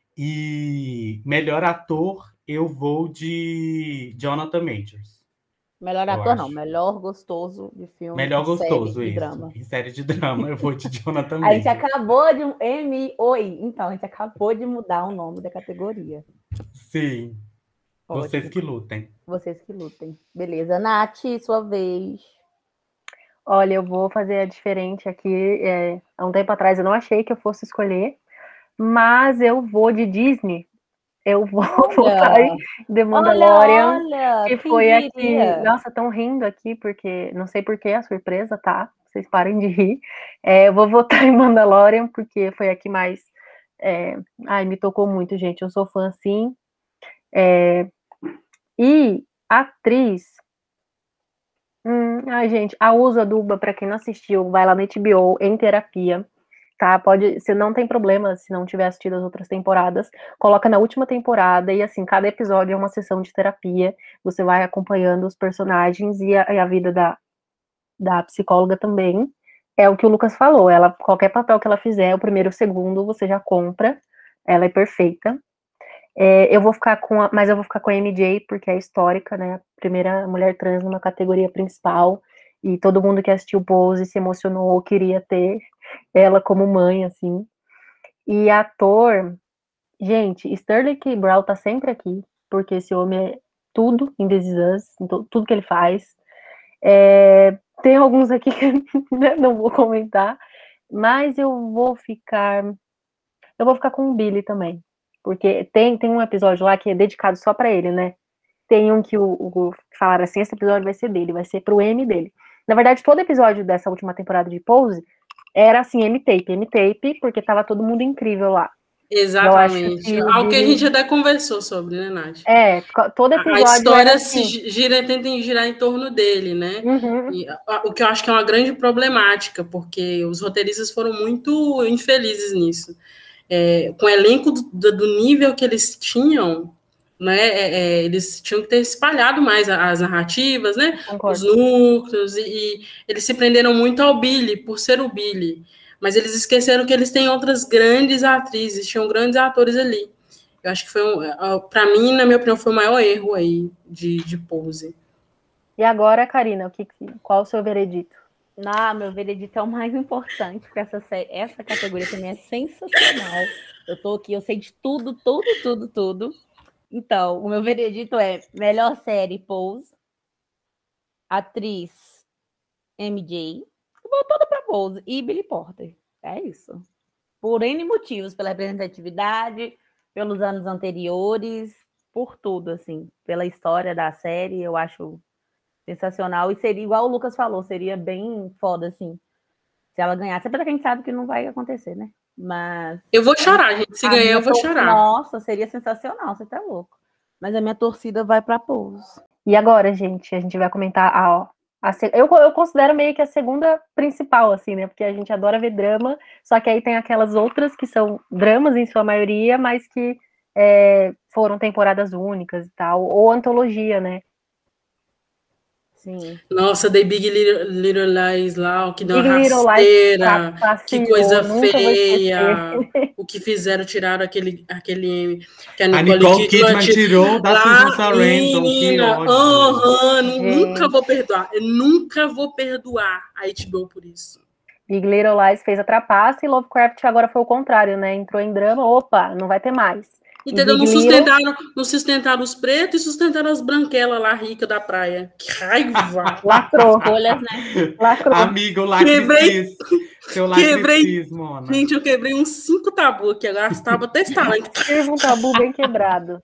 E melhor ator, eu vou de Jonathan Majors. Melhor ator não, melhor gostoso de filme. Melhor gostoso, série de isso. drama. Em série de drama, eu vou de Jonathan A Majors. gente acabou de... Então, a gente acabou de mudar o nome da categoria. Sim. Ótimo. Vocês que lutem. Vocês que lutem. Beleza. Nath, sua vez. Olha, eu vou fazer diferente aqui. Há um tempo atrás eu não achei que eu fosse escolher, mas eu vou de Disney. Eu vou votar em The Mandalorian, que foi aqui. Nossa, estão rindo aqui, porque não sei por que a surpresa, tá? Vocês parem de rir. Eu vou votar em Mandalorian, porque foi a que mais. Me tocou muito, gente. Eu sou fã, sim. E atriz. Gente, a Uso Aduba, para quem não assistiu, vai lá na HBO em terapia, tá? Se não tem problema, se não tiver assistido as outras temporadas, coloca na última temporada e assim, cada episódio é uma sessão de terapia, você vai acompanhando os personagens e a vida da psicóloga também. É o que o Lucas falou, qualquer papel que ela fizer, o primeiro ou o segundo, você já compra, ela é perfeita. Eu vou ficar com a MJ, porque é histórica, né? A primeira mulher trans numa categoria principal, e todo mundo que assistiu Pose se emocionou, queria ter ela como mãe, assim. E ator, gente, Sterling K. Brown tá sempre aqui, porque esse homem é tudo em This Is Us, tudo que ele faz. Tem alguns aqui que não vou comentar, mas eu vou ficar com o Billy também. Porque tem um episódio lá que é dedicado só pra ele, né? Tem um que o falaram assim, esse episódio vai ser dele, vai ser pro M dele. Na verdade, todo episódio dessa última temporada de Pose era assim, M-Tape, porque tava todo mundo incrível lá. Exatamente. Algo que a gente até conversou sobre, né, Nath? Todo episódio a história assim. tenta girar em torno dele, né? E, o que eu acho que é uma grande problemática, porque os roteiristas foram muito infelizes nisso. Com o elenco do nível que eles tinham, né? Eles tinham que ter espalhado mais as narrativas, né? Concordo. Os núcleos, e eles se prenderam muito ao Billy, por ser o Billy. Mas eles esqueceram que eles têm outras grandes atrizes, tinham grandes atores ali. Eu acho que foi, para mim, na minha opinião, foi o maior erro aí de Pose. E agora, Karina, qual o seu veredito? Meu veredito é o mais importante, porque essa categoria também é sensacional. Eu tô aqui, eu sei de tudo. Então, o meu veredito é melhor série Pose, atriz MJ, eu vou toda pra Pose, e Billy Porter. É isso. Por N motivos, pela representatividade, pelos anos anteriores, por tudo, assim, pela história da série, eu acho sensacional. E seria, igual o Lucas falou, seria bem foda, assim, se ela ganhasse. Apesar que a gente sabe que não vai acontecer, né? Mas... Eu vou chorar, gente. Se ganhar, eu vou chorar. Nossa, seria sensacional, você tá louco. Mas a minha torcida vai pra Pose. E agora, gente, a gente vai comentar eu considero meio que a segunda principal, assim, né? Porque a gente adora ver drama, só que aí tem aquelas outras que são dramas em sua maioria, mas que foram temporadas únicas e tal, ou antologia, né? Sim. Nossa, The Big Little Lies lá, o que deu uma Big Little rasteira, Lies que coisa nunca vou feia, esquecer. o que fizeram, tiraram aquele que A Nicole Kidman tirou da Susan Sarandon, que ódio. Nunca vou perdoar, eu nunca vou perdoar a HBO por isso. Big Little Lies fez a trapaça e Lovecraft agora foi o contrário, né? Entrou em drama, opa, não vai ter mais. Entendeu? Não sustentaram os pretos e sustentaram as branquelas lá, ricas da praia. Que raiva! Lacrou. Escolhas, né? Lacrou. Amigo, seu lacricismo, Mona. Gente, eu quebrei uns 5 tabus aqui, agora as tábuas testaram. Teve um tabu bem quebrado.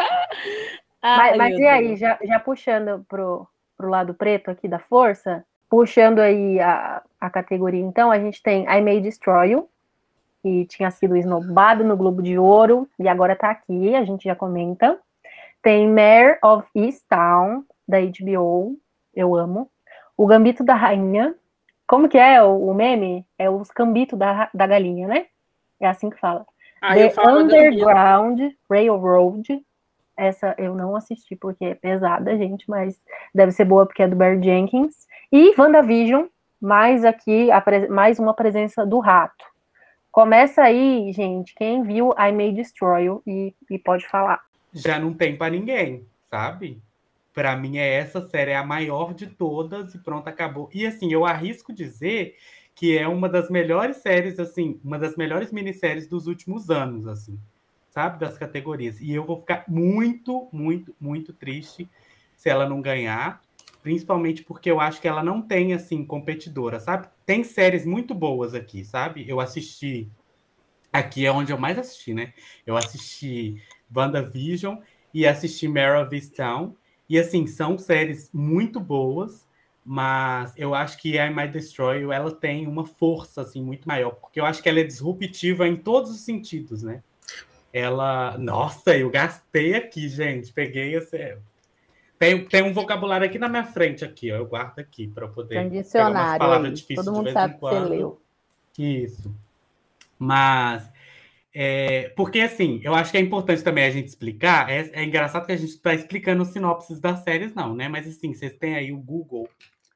Mas e aí, já puxando pro lado preto aqui da força, puxando aí a categoria, então, a gente tem I May Destroy You, que tinha sido esnobado no Globo de Ouro, e agora tá aqui, a gente já comenta. Tem Mare of Easttown, da HBO, eu amo. O Gambito da Rainha, como que é o meme? É os Gambito da galinha, né? É assim que fala. The Underground Railroad, essa eu não assisti porque é pesada, gente, mas deve ser boa porque é do Barry Jenkins. E WandaVision, mais uma presença do rato. Começa aí, gente, quem viu I May Destroy You e pode falar. Já não tem pra ninguém, sabe? Pra mim, essa série é a maior de todas e pronto, acabou. E assim, eu arrisco dizer que é uma das melhores séries, assim, uma das melhores minisséries dos últimos anos, assim, sabe? Das categorias. E eu vou ficar muito, muito, muito triste se ela não ganhar, principalmente porque eu acho que ela não tem, assim, competidora, sabe? Tem séries muito boas aqui, sabe? Eu assisti... Aqui é onde eu mais assisti, né? Eu assisti WandaVision e assisti Mare of Easttown. E, assim, são séries muito boas, mas eu acho que I Might Destroy You, ela tem uma força, assim, muito maior, porque eu acho que ela é disruptiva em todos os sentidos, né? Ela... Nossa, eu gastei aqui, gente. Peguei esse... Tem um vocabulário aqui na minha frente, aqui, ó. Eu guardo aqui para poder um dicionário pegar umas palavras aí. difíceis Todo de mundo vez sabe em que você quando. leu. Isso. Mas, porque assim, eu acho que é importante também a gente explicar, é engraçado que a gente está explicando os sinopses das séries, não, né? Mas assim, vocês têm aí o Google.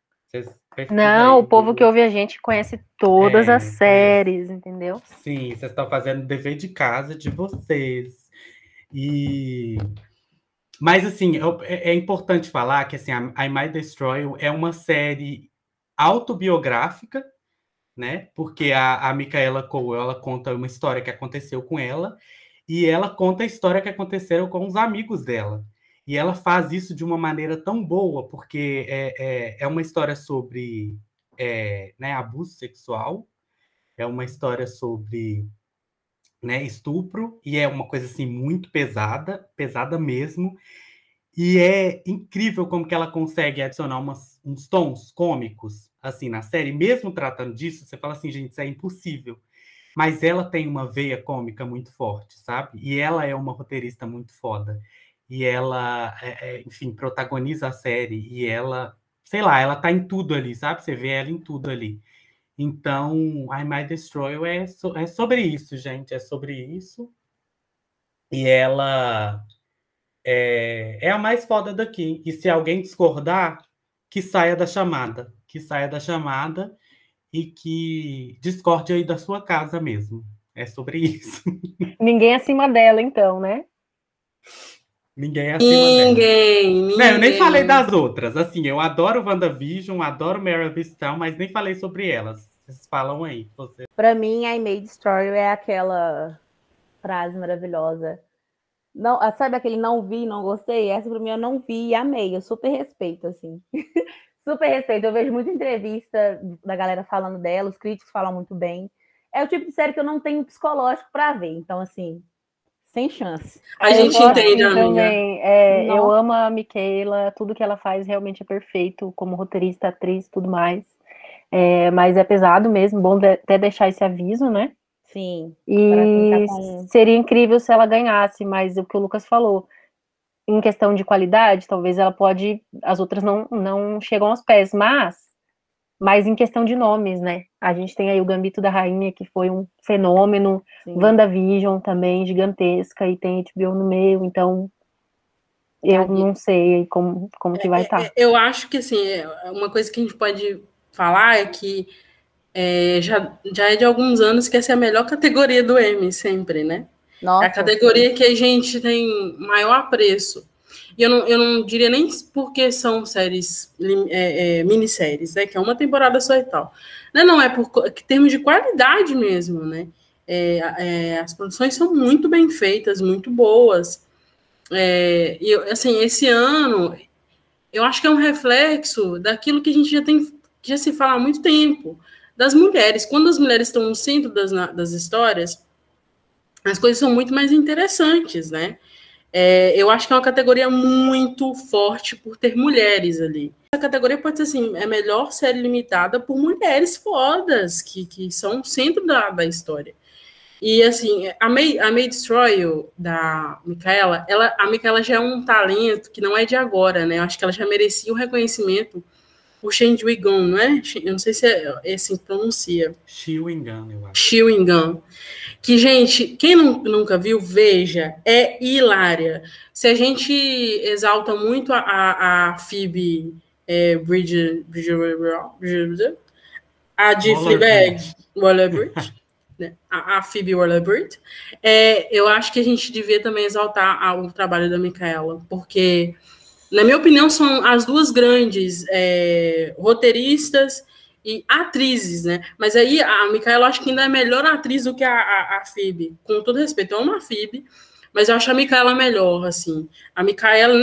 Não, o povo que ouve a gente conhece todas as séries, entendeu? Sim, vocês estão fazendo o dever de casa de vocês. Mas assim, é importante falar que assim, I Might Destroy You é uma série autobiográfica, né? Porque a Micaela Coel, ela conta uma história que aconteceu com ela e ela conta a história que aconteceu com os amigos dela. E ela faz isso de uma maneira tão boa, porque é uma história sobre né, abuso sexual, é uma história sobre, né, estupro, e é uma coisa assim muito pesada, pesada mesmo. E é incrível como que ela consegue adicionar uns tons cômicos, assim, na série. Mesmo tratando disso, você fala assim, gente, isso é impossível. mas ela tem uma veia cômica muito forte, sabe? E ela é uma roteirista muito foda. E ela, enfim, protagoniza a série. E ela, sei lá, ela tá em tudo ali, sabe? Você vê ela em tudo ali. Então, I Might Destroy You é sobre isso, gente. É sobre isso. E ela é a mais foda daqui. E se alguém discordar, que saia da chamada. Que saia da chamada e que discorde aí da sua casa mesmo. É sobre isso. Ninguém acima dela, então, né? Ninguém é acima dela. Ninguém. Não, eu nem falei das outras. Assim, eu adoro WandaVision, adoro Mare of Easttown, mas nem falei sobre elas. Vocês falam aí. Você... Pra mim, I May Destroy You é aquela frase maravilhosa. Não, sabe aquele não vi, não gostei? Essa pra mim eu não vi e amei. Eu super respeito, assim. Super respeito. Eu vejo muita entrevista da galera falando dela, os críticos falam muito bem. É o tipo de série que eu não tenho psicológico pra ver. Então, assim, sem chance. A gente entende, amiga. Também. Eu amo a Michaela, tudo que ela faz realmente é perfeito, como roteirista, atriz, tudo mais. Mas é pesado mesmo, bom até deixar esse aviso, né? Sim. E seria incrível se ela ganhasse, mas o que o Lucas falou, em questão de qualidade, talvez ela pode, as outras não chegam aos pés, mas em questão de nomes, né? A gente tem aí o Gambito da Rainha, que foi um fenômeno, sim. WandaVision também, gigantesca, e tem HBO no meio, então eu não sei como que vai estar. Eu acho que, assim, uma coisa que a gente pode falar é que já é de alguns anos que essa é a melhor categoria do Emmy, sempre, né? Nossa, é a categoria sim. que a gente tem maior apreço. E eu não diria nem porque são séries, minisséries, né? Que é uma temporada só e tal. Não, é por termos de qualidade mesmo, né? As produções são muito bem feitas, muito boas. E, assim, esse ano, eu acho que é um reflexo daquilo que a gente já se fala há muito tempo, das mulheres. Quando as mulheres estão no centro das histórias, as coisas são muito mais interessantes, né? Eu acho que é uma categoria muito forte por ter mulheres ali. A categoria pode ser assim, é a melhor série limitada por mulheres fodas, que são o centro da história. E assim, a May Destroy You, da Michaela, a Michaela já é um talento que não é de agora, né? Eu acho que ela já merecia o reconhecimento por Shen Wi-Gun, não é? Eu não sei se é assim que pronuncia. Xi Wen-Gan, eu acho. Xi Wen-Gan. Que, gente, quem nunca viu, veja, é hilária. Se a gente exalta muito a Phoebe Bridger, a de Fleabag, Waller-Bridge, né? A Phoebe Waller-Bridge, eu acho que a gente devia também exaltar o trabalho da Michaela, porque, na minha opinião, são as duas grandes roteiristas e atrizes, né? Mas aí a Michaela, eu acho que ainda é melhor atriz do que a Phoebe. Com todo respeito, eu amo a Phoebe, mas eu acho a Michaela melhor, assim. A Michaela,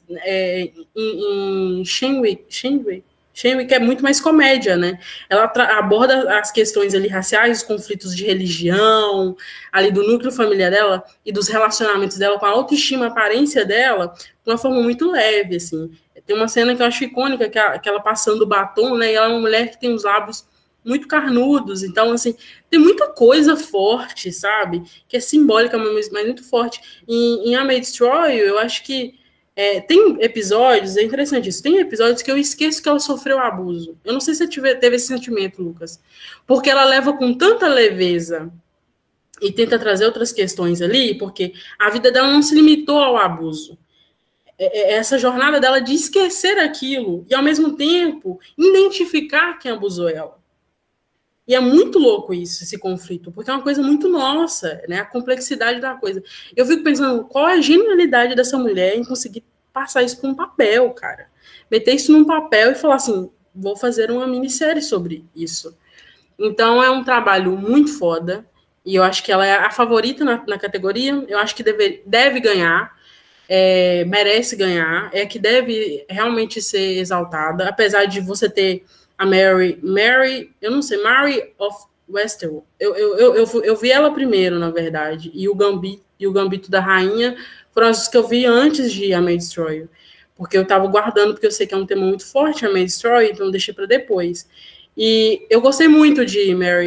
em Shen Wi-Gun, que é muito mais comédia, né? Ela aborda as questões ali raciais, os conflitos de religião, ali do núcleo familiar dela e dos relacionamentos dela com a autoestima, a aparência dela, de uma forma muito leve, assim. Tem uma cena que eu acho icônica, que ela passando o batom, né? E ela é uma mulher que tem os lábios muito carnudos. Então, assim, tem muita coisa forte, sabe? Que é simbólica, mas muito forte. Em A May Destroy You, eu acho que tem episódios, é interessante isso, tem episódios que eu esqueço que ela sofreu abuso. Eu não sei se você teve esse sentimento, Lucas. Porque ela leva com tanta leveza e tenta trazer outras questões ali, porque a vida dela não se limitou ao abuso. Essa jornada dela de esquecer aquilo e, ao mesmo tempo, identificar quem abusou ela. E é muito louco isso, esse conflito, porque é uma coisa muito nossa, né? A complexidade da coisa. Eu fico pensando, qual é a genialidade dessa mulher em conseguir passar isso para um papel, cara? Meter isso num papel e falar assim, vou fazer uma minissérie sobre isso. Então, é um trabalho muito foda, e eu acho que ela é a favorita na categoria, eu acho que deve ganhar, merece ganhar, é que deve realmente ser exaltada, apesar de você ter a Mary, eu não sei, Mary of Westeros. Eu vi ela primeiro, na verdade, e o Gambito da Rainha foram as que eu vi antes de A May Destroy You, porque eu estava guardando, porque eu sei que é um tema muito forte, A May Destroy You, então eu deixei para depois. E eu gostei muito de Mary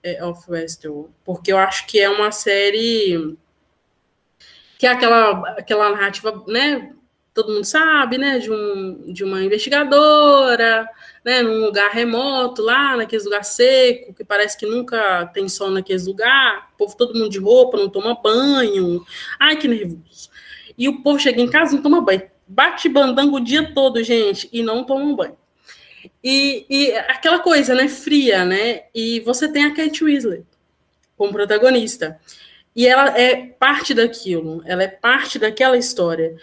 of Westworld, porque eu acho que é uma série que é aquela narrativa, né? Todo mundo sabe, né? De uma investigadora, né? Num lugar remoto, lá naqueles lugar seco, que parece que nunca tem sol naqueles lugar. O povo, todo mundo de roupa, não toma banho. Ai, que nervoso. E o povo chega em casa e não toma banho. Bate bandango o dia todo, gente, e não toma banho. E aquela coisa, né? Fria, né? E você tem a Kate Winslet como protagonista. E ela é parte daquilo, ela é parte daquela história.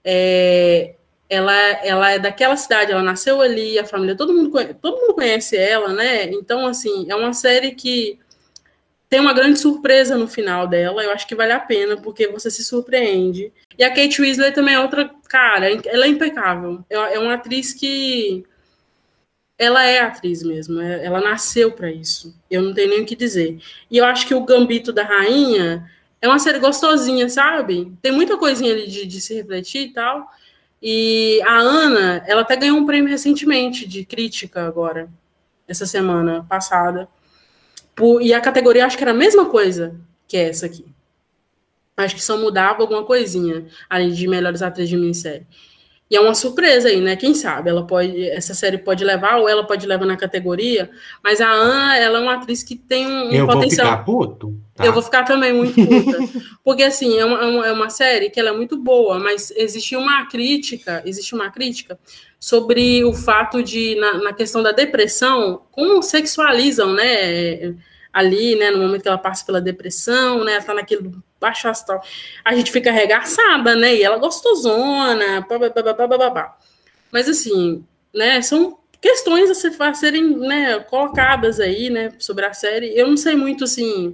Ela é daquela cidade, ela nasceu ali, a família, todo mundo conhece ela, né? Então, assim, é uma série que tem uma grande surpresa no final dela, eu acho que vale a pena, porque você se surpreende. E a Kate Winslet também é outra, cara, ela é impecável. É uma atriz que... Ela é atriz mesmo, ela nasceu para isso. Eu não tenho nem o que dizer. E eu acho que o Gambito da Rainha é uma série gostosinha, sabe? Tem muita coisinha ali de se refletir e tal. E a Ana, ela até ganhou um prêmio recentemente de crítica agora, essa semana passada. E a categoria acho que era a mesma coisa que essa aqui. Acho que só mudava alguma coisinha, além de melhores atrizes de minissérie. E é uma surpresa aí, né? Quem sabe? Essa série pode levar, ou ela pode levar na categoria, mas a Ana, ela é uma atriz que tem um potencial. Eu vou ficar puto? Tá. Eu vou ficar também muito puta. Porque, assim, é uma série que ela é muito boa, mas existe uma crítica sobre o fato de, na questão da depressão, como sexualizam, né? Ali, né, no momento que ela passa pela depressão, né, ela tá naquele baixo astral, a gente fica arregaçada, né, e ela gostosona, babá. Mas, assim, né, são questões a serem, né, colocadas aí, né, sobre a série. Eu não sei muito, assim,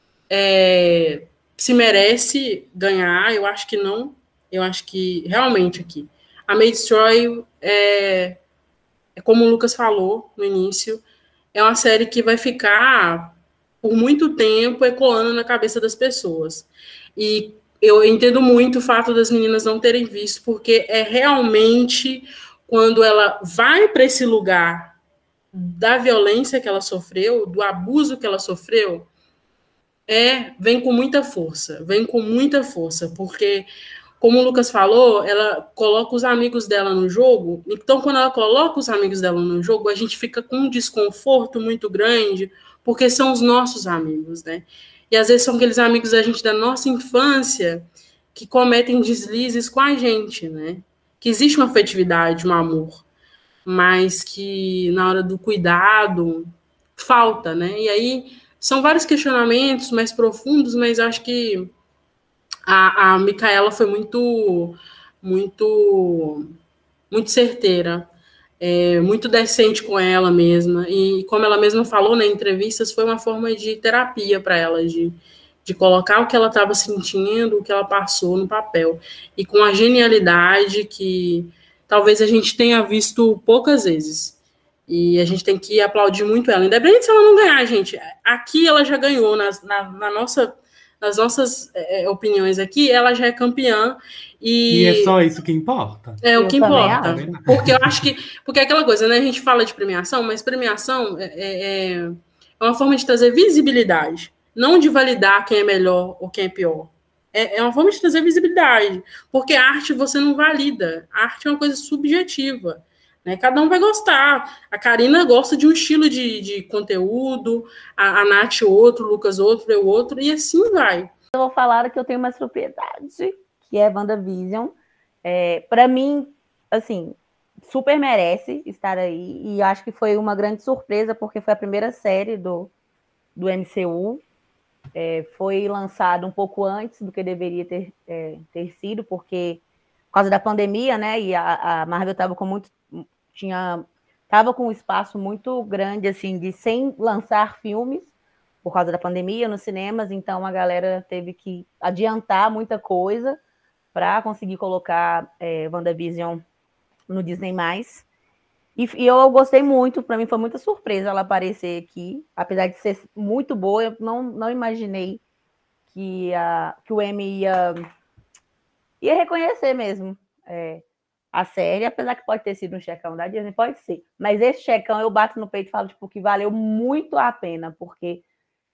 se merece ganhar, eu acho que não. Eu acho que, realmente, aqui, a May Destroy é como o Lucas falou no início, é uma série que vai ficar por muito tempo ecoando na cabeça das pessoas. E eu entendo muito o fato das meninas não terem visto, porque é realmente quando ela vai para esse lugar da violência que ela sofreu, do abuso que ela sofreu, vem com muita força, porque, como o Lucas falou, ela coloca os amigos dela no jogo, então quando ela coloca os amigos dela no jogo, a gente fica com um desconforto muito grande, porque são os nossos amigos, né? E às vezes são aqueles amigos da gente da nossa infância que cometem deslizes com a gente, né? Que existe uma afetividade, um amor, mas que na hora do cuidado falta, né? E aí são vários questionamentos mais profundos, mas acho que a Micaela foi muito certeira, muito decente com ela mesma, e como ela mesma falou na entrevistas, foi uma forma de terapia para ela, de colocar o que ela estava sentindo, o que ela passou no papel, e com a genialidade que talvez a gente tenha visto poucas vezes. E a gente tem que aplaudir muito ela. Independente se ela não ganhar, gente. Aqui ela já ganhou, nas nossas opiniões aqui, ela já é campeã. E é só isso que importa. É o que importa. Acho. Porque eu acho que... Porque é aquela coisa, né? A gente fala de premiação, mas premiação é uma forma de trazer visibilidade. Não de validar quem é melhor ou quem é pior. É uma forma de trazer visibilidade. Porque a arte você não valida. A arte é uma coisa subjetiva. Né? Cada um vai gostar. A Karina gosta de um estilo de conteúdo, a Nath outro, o Lucas outro, eu outro, e assim vai. Eu vou falar que eu tenho uma propriedade, que é WandaVision. Para mim, assim, super merece estar aí, e acho que foi uma grande surpresa, porque foi a primeira série do MCU. Foi lançado um pouco antes do que deveria ter sido, porque por causa da pandemia, né? E a Marvel estava com um espaço muito grande, assim, de sem lançar filmes por causa da pandemia nos cinemas, então a galera teve que adiantar muita coisa para conseguir colocar WandaVision no Disney+. E eu gostei muito, para mim foi muita surpresa ela aparecer aqui, apesar de ser muito boa, eu não imaginei que o M ia reconhecer mesmo a série, apesar que pode ter sido um checão da Disney, pode ser. Mas esse checão eu bato no peito e falo que valeu muito a pena, porque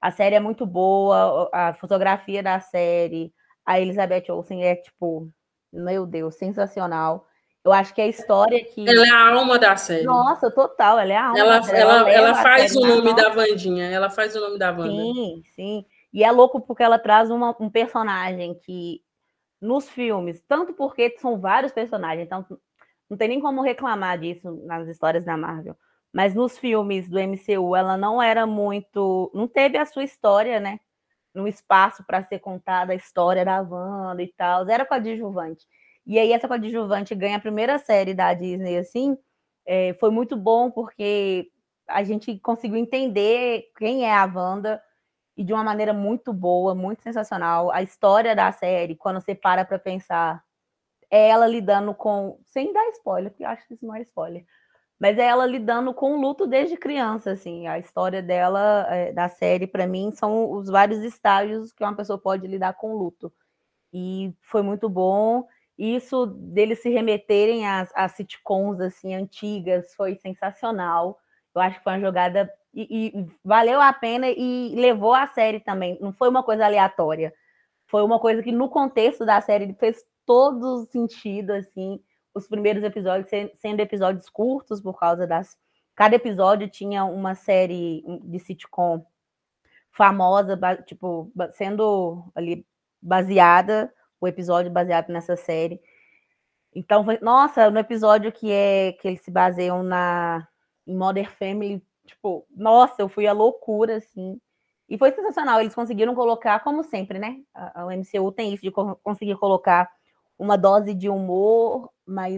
A série é muito boa, a fotografia da série, a Elizabeth Olsen é, tipo, meu Deus, sensacional. Eu acho que a história que... Ela é a alma da série. Nossa, total, ela é a alma Ela, da série. ela faz série o nome mão. da Wandinha, ela faz o nome da Wanda. Sim, sim. E é louco porque ela traz um personagem que, nos filmes, tanto porque são vários personagens, então não tem nem como reclamar disso nas histórias da Marvel. Mas nos filmes do MCU, ela não era muito... Não teve a sua história, né? No espaço para ser contada a história da Wanda e tal. Era coadjuvante. E aí essa coadjuvante ganha a primeira série da Disney, assim, foi muito bom porque a gente conseguiu entender quem é a Wanda e de uma maneira muito boa, muito sensacional. A história da série, quando você para pensar, é ela lidando com... Sem dar spoiler, porque eu acho que isso não é spoiler. Mas é ela lidando com o luto desde criança, assim. A história dela, da série, para mim, são os vários estágios que uma pessoa pode lidar com o luto. E foi muito bom. Isso deles se remeterem às sitcoms, assim, antigas, foi sensacional. Eu acho que foi uma jogada... E valeu a pena e levou a série também. Não foi uma coisa aleatória. Foi uma coisa que, no contexto da série, fez todo sentido, assim. Os primeiros episódios sendo episódios curtos, por causa das... Cada episódio tinha uma série de sitcom famosa, tipo, sendo ali baseada, o episódio baseado nessa série. Então, nossa, no episódio que eles se baseiam em Modern Family, tipo, nossa, eu fui à loucura, assim. E foi sensacional, eles conseguiram colocar, como sempre, né? A MCU tem isso de conseguir colocar uma dose de humor, mas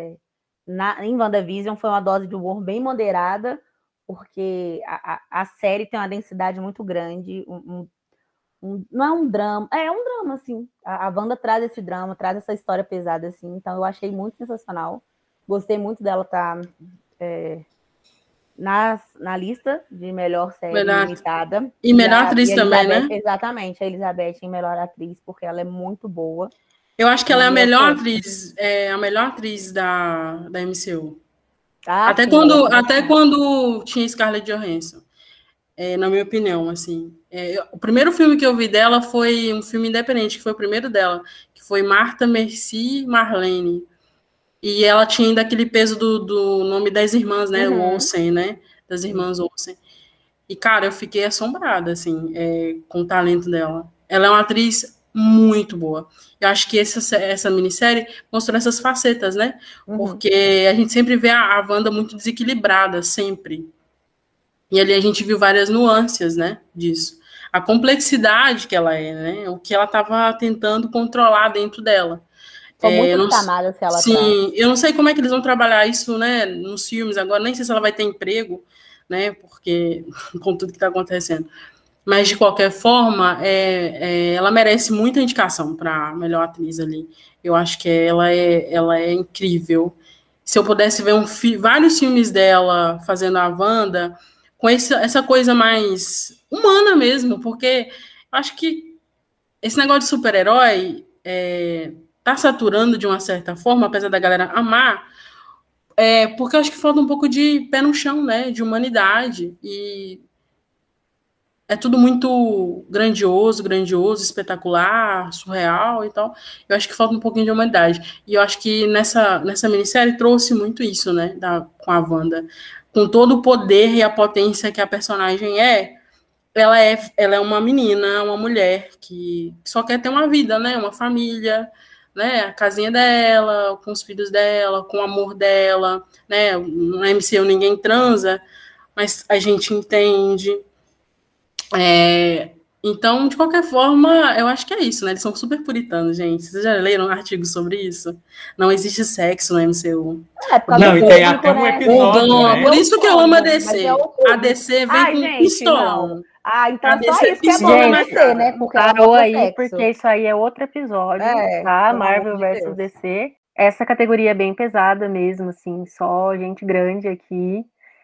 em WandaVision foi uma dose de humor bem moderada, porque a série tem uma densidade muito grande, não é um drama, é um drama, assim. A Wanda traz esse drama, traz essa história pesada, assim, então eu achei muito sensacional. Gostei muito dela estar na lista de melhor série limitada. E melhor atriz também, né? Exatamente, a Elizabeth em melhor atriz, porque ela é muito boa. Eu acho que ela é a melhor atriz da MCU. Até quando tinha Scarlett Johansson. Na minha opinião, assim. O primeiro filme que eu vi dela foi um filme independente, que foi o primeiro dela, que foi Martha, Merci, Marlene. E ela tinha ainda aquele peso do nome das irmãs, né? O Olsen, né? Das irmãs Olsen. E, cara, eu fiquei assombrada, assim, com o talento dela. Ela é uma atriz muito boa. Eu acho que essa minissérie mostrou essas facetas, né? Porque a gente sempre vê a Wanda muito desequilibrada, sempre. E ali a gente viu várias nuances, né, disso. A complexidade que ela é, né? O que ela estava tentando controlar dentro dela. São muitas camadas que ela traz. Sim, eu não sei como é que eles vão trabalhar isso, né, nos filmes agora, nem sei se ela vai ter emprego, né, porque com tudo que está acontecendo. Mas, de qualquer forma, ela merece muita indicação para melhor atriz ali. Eu acho que ela é incrível. Se eu pudesse ver vários filmes dela fazendo a Wanda, com essa coisa mais humana mesmo, porque eu acho que esse negócio de super-herói tá saturando de uma certa forma, apesar da galera amar, porque eu acho que falta um pouco de pé no chão, né, de humanidade, e é tudo muito grandioso, espetacular, surreal e tal. Eu acho que falta um pouquinho de humanidade. E eu acho que nessa minissérie trouxe muito isso, né, com a Wanda. Com todo o poder e a potência que a personagem ela é uma menina, uma mulher que só quer ter uma vida, né, uma família, né, a casinha dela, com os filhos dela, com o amor dela, né, no MCU ninguém transa, mas a gente entende. Então, de qualquer forma, eu acho que é isso, né? Eles são super puritanos, gente. Vocês já leram artigos sobre isso? Não existe sexo no MCU. Não, e tem até um episódio, né? Por isso que eu amo a DC. A DC vem com pistolão. Então é só isso que é bom na DC, né? Porque parou aí, porque isso aí é outro episódio, tá? Marvel versus DC. Essa categoria é bem pesada mesmo, assim, só gente grande aqui.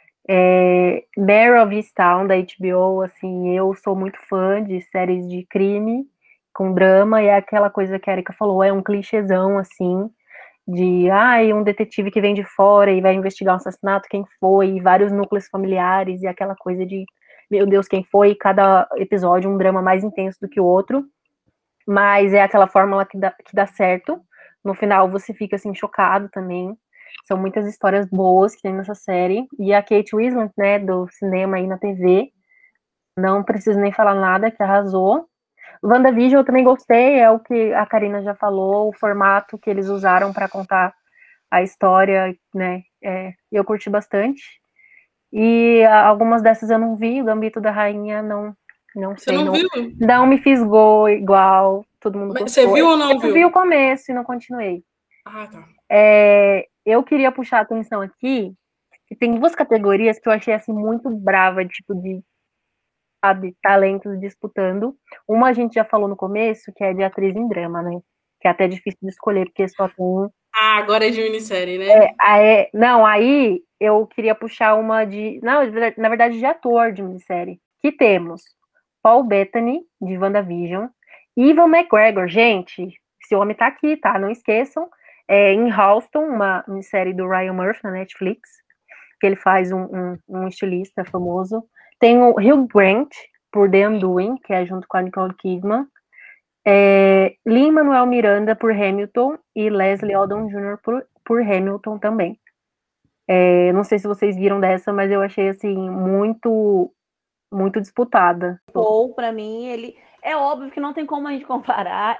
Mare of Easttown, da HBO, assim, eu sou muito fã de séries de crime com drama, e é aquela coisa que a Erika falou, é um clichêzão, assim, de, um detetive que vem de fora e vai investigar um assassinato, quem foi, e vários núcleos familiares, e aquela coisa de meu Deus, quem foi, cada episódio um drama mais intenso do que o outro, mas é aquela fórmula que dá certo. No final você fica assim chocado também. São muitas histórias boas que tem nessa série. E a Kate Winslet, né, do cinema aí na TV, não preciso nem falar nada, que arrasou. WandaVision eu também gostei, é o que a Karina já falou, o formato que eles usaram para contar a história, né, eu curti bastante. E algumas dessas eu não vi, o Gambito da Rainha não Você sei. não viu? Não me fisgou igual todo mundo gostou. Você viu ou não viu? Eu vi o começo e não continuei. Ah, tá. Eu queria puxar a atenção aqui, que tem duas categorias que eu achei assim muito brava, tipo de, sabe, talentos disputando. Uma a gente já falou no começo, que é de atriz em drama, né? Que é até difícil de escolher, porque só tem... Ah, agora é de minissérie, né? Não, aí eu queria puxar uma de... Não, na verdade, de ator de minissérie. Que temos Paul Bettany, de WandaVision. Evan McGregor, gente, esse homem tá aqui, tá? Não esqueçam. Em Halston, uma minissérie do Ryan Murphy na Netflix, que ele faz um estilista famoso. Tem o Hugh Grant, por The Undoing, que é junto com a Nicole Kidman. Lin-Manuel Miranda, por Hamilton, e Leslie Odom Jr. por Hamilton também. Não sei se vocês viram dessa, mas eu achei, assim, muito, muito disputada. Paul, para mim, ele... É óbvio que não tem como a gente comparar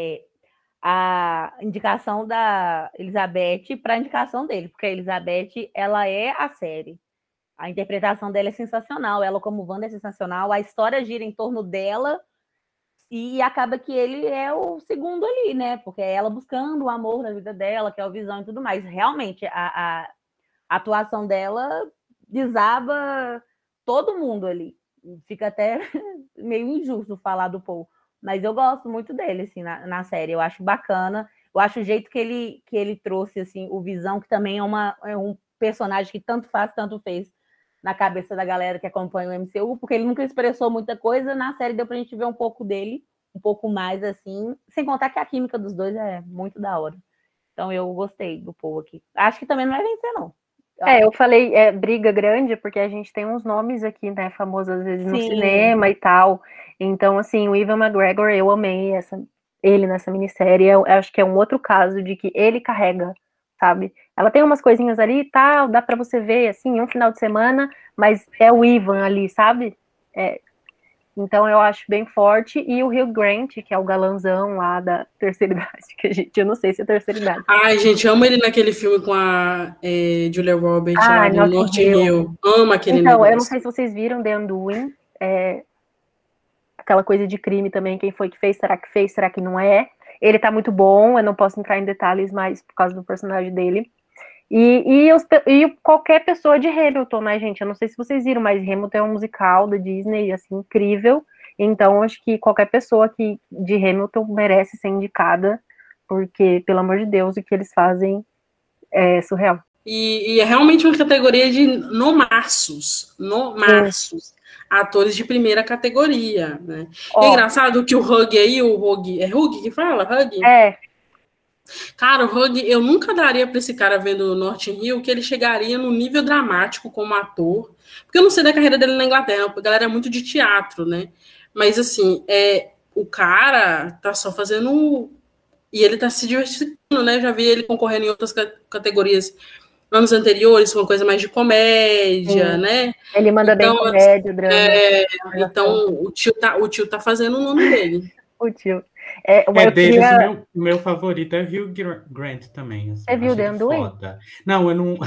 a indicação da Elizabeth para a indicação dele, porque a Elizabeth, ela é a série. A interpretação dela é sensacional, ela como Wanda é sensacional, a história gira em torno dela e acaba que ele é o segundo ali, né? Porque é ela buscando o amor na vida dela, que é o Visão e tudo mais. Realmente, a atuação dela desaba todo mundo ali. Fica até meio injusto falar do Paul. Mas eu gosto muito dele, assim, na série. Eu acho bacana. Eu acho o jeito que ele trouxe, assim, o Visão, que também é um personagem que tanto faz, tanto fez na cabeça da galera que acompanha o MCU, porque ele nunca expressou muita coisa. Na série deu pra gente ver um pouco dele, um pouco mais, assim. Sem contar que a química dos dois é muito da hora. Então eu gostei do Paul aqui. Acho que também não vai vencer, não. Eu falei briga grande, porque a gente tem uns nomes aqui, né, famosos às vezes no cinema e tal. Então, assim, o Evan McGregor, eu amei ele nessa minissérie. Eu acho que é um outro caso de que ele carrega, sabe? Ela tem umas coisinhas ali e tal, dá pra você ver, assim, um final de semana, mas é o Evan ali, sabe? Então eu acho bem forte. E o Hugh Grant, que é o galanzão lá da terceira idade, que eu não sei se é terceira idade. Ai, gente, amo ele naquele filme com a Julia Roberts lá do Notting Hill. Amo aquele negócio. Eu não sei se vocês viram The Undoing, aquela coisa de crime também, quem foi que fez, será que não é? Ele tá muito bom, eu não posso entrar em detalhes, mas por causa do personagem dele. E qualquer pessoa de Hamilton, né, gente? Eu não sei se vocês viram, mas Hamilton é um musical da Disney, assim, incrível. Então, acho que qualquer pessoa de Hamilton merece ser indicada, porque, pelo amor de Deus, o que eles fazem é surreal. E é realmente uma categoria de nomaços. Atores de primeira categoria, né? É engraçado que o Hugh aí, é Hugh que fala? Hugh? Cara, o Hugh, eu nunca daria pra esse cara vendo o Notting Hill que ele chegaria no nível dramático como ator, porque eu não sei da carreira dele na Inglaterra, porque a galera é muito de teatro, né? Mas, assim, o cara tá só fazendo... E ele tá se diversificando, né? Já vi ele concorrendo em outras categorias anos anteriores, uma coisa mais de comédia, né? Ele manda bem comédia, drama. Então, o tio tá fazendo o nome dele. O tio. Deles, o meu favorito é o Hugh Grant também. Assim, você viu The Undoing? Não, eu não...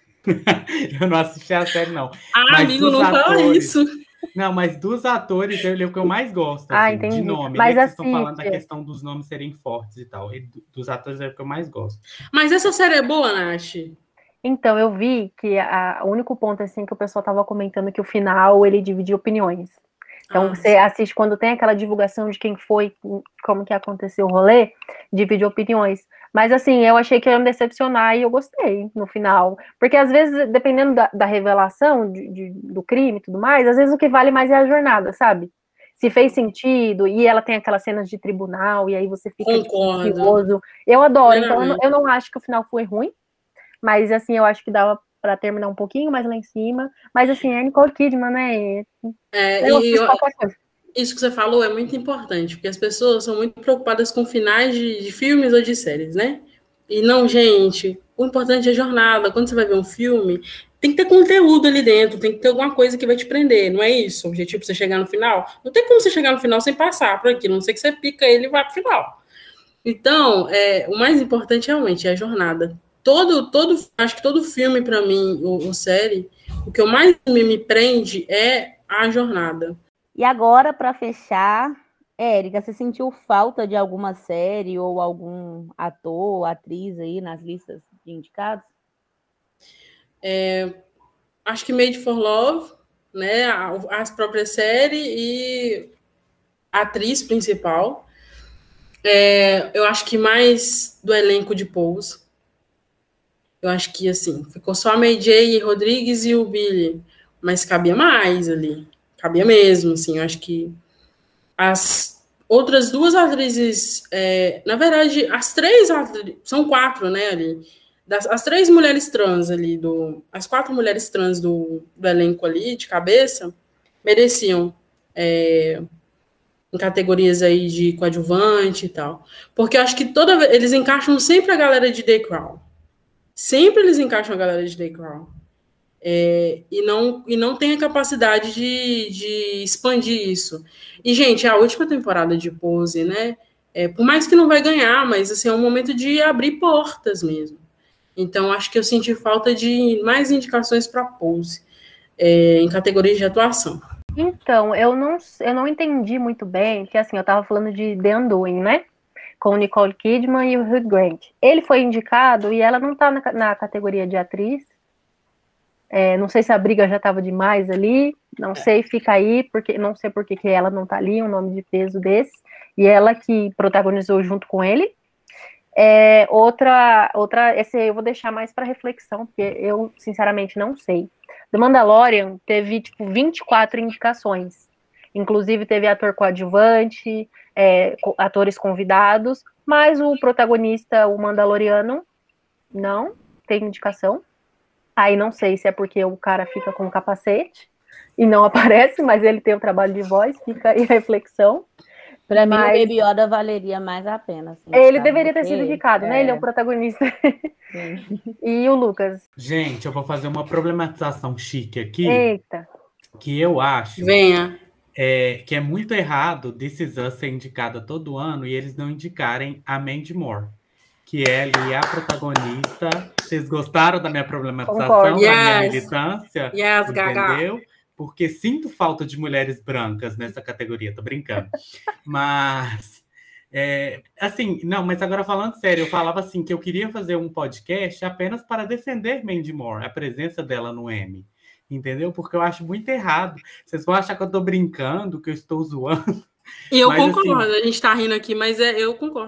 eu não assisti a série, não. Mas amigo, não fala isso. Não, mas dos atores, ele é o que eu mais gosto, assim, de nome. Mas vocês estão falando da questão dos nomes serem fortes e tal. E dos atores é o que eu mais gosto. Mas essa série é boa, Nath? Então, eu vi que o único ponto, assim, que o pessoal tava comentando que o final, ele divide opiniões. Então, você assiste quando tem aquela divulgação de quem foi, como que aconteceu o rolê, divide opiniões. Mas, assim, eu achei que ia me decepcionar e eu gostei no final. Porque, às vezes, dependendo da revelação do crime e tudo mais, às vezes o que vale mais é a jornada, sabe? Se fez sentido, e ela tem aquelas cenas de tribunal, e aí você fica curioso. Eu adoro, então eu não acho que o final foi ruim, mas, assim, eu acho que dava para terminar um pouquinho mais lá em cima. Mas assim, a Nicole Kidman, né? Isso que você falou é muito importante, porque as pessoas são muito preocupadas com finais de filmes ou de séries, né? E não, gente, o importante é a jornada. Quando você vai ver um filme, tem que ter conteúdo ali dentro, tem que ter alguma coisa que vai te prender, não é isso? O objetivo é você chegar no final. Não tem como você chegar no final sem passar por aquilo, a não ser que você pica ele e vá pro final. Então, o mais importante realmente é a jornada. Acho que todo filme, para mim, ou série, o que mais me prende é a jornada. E agora, para fechar, Érica, você sentiu falta de alguma série ou algum ator ou atriz aí nas listas de indicados? Acho que Made for Love, né? As próprias séries e a atriz principal. Eu acho que mais do elenco de Pose. Eu acho que, assim, ficou só a May J. Rodrigues e o Billy, mas cabia mais ali. Cabia mesmo, assim. Eu acho que as outras duas atrizes, na verdade, as três atrizes, são 4, né, ali. As 3 mulheres trans ali, as 4 mulheres trans do elenco ali, de cabeça, mereciam em categorias aí de coadjuvante e tal. Porque eu acho que eles encaixam sempre a galera de The Crown. Sempre eles encaixam a galera de The Crown. E não tem a capacidade de expandir isso. E, gente, a última temporada de Pose, né? Por mais que não vai ganhar, mas assim, é um momento de abrir portas mesmo. Então, acho que eu senti falta de mais indicações para Pose em categorias de atuação. Então, eu não entendi muito bem, porque assim, eu tava falando de The Undoing, né? Com Nicole Kidman e o Hugh Grant. Ele foi indicado e ela não tá na categoria de atriz. Não sei se a briga já estava demais ali, não sei, fica aí, porque não sei por que ela não tá ali, um nome de peso desse, e ela que protagonizou junto com ele. Esse eu vou deixar mais para reflexão, porque eu, sinceramente, não sei. The Mandalorian teve, 24 indicações. Inclusive, teve ator coadjuvante, atores convidados, mas o protagonista, o Mandaloriano, não tem indicação. Aí não sei se é porque o cara fica com capacete e não aparece, mas ele tem o trabalho de voz, fica aí a reflexão. Para mim, o Baby Yoda valeria mais a pena. Assim, ele deveria ter sido indicado, né? Ele é o protagonista. E o Lucas? Gente, eu vou fazer uma problematização chique aqui. Eita. Que eu acho Venha. Que é muito errado This Is Us ser indicada todo ano e eles não indicarem a Mandy Moore, que é ali a protagonista. Vocês gostaram da minha problematização, Concordo. da minha militância? Yes, entendeu? Gaga. Porque sinto falta de mulheres brancas nessa categoria, tô brincando. Mas, assim, não, mas agora falando sério, eu falava assim, que eu queria fazer um podcast apenas para defender Mandy Moore, a presença dela no Emmy. Entendeu? Porque eu acho muito errado. Vocês vão achar que eu tô brincando, que eu estou zoando. E eu concordo, assim, a gente tá rindo aqui, mas eu concordo.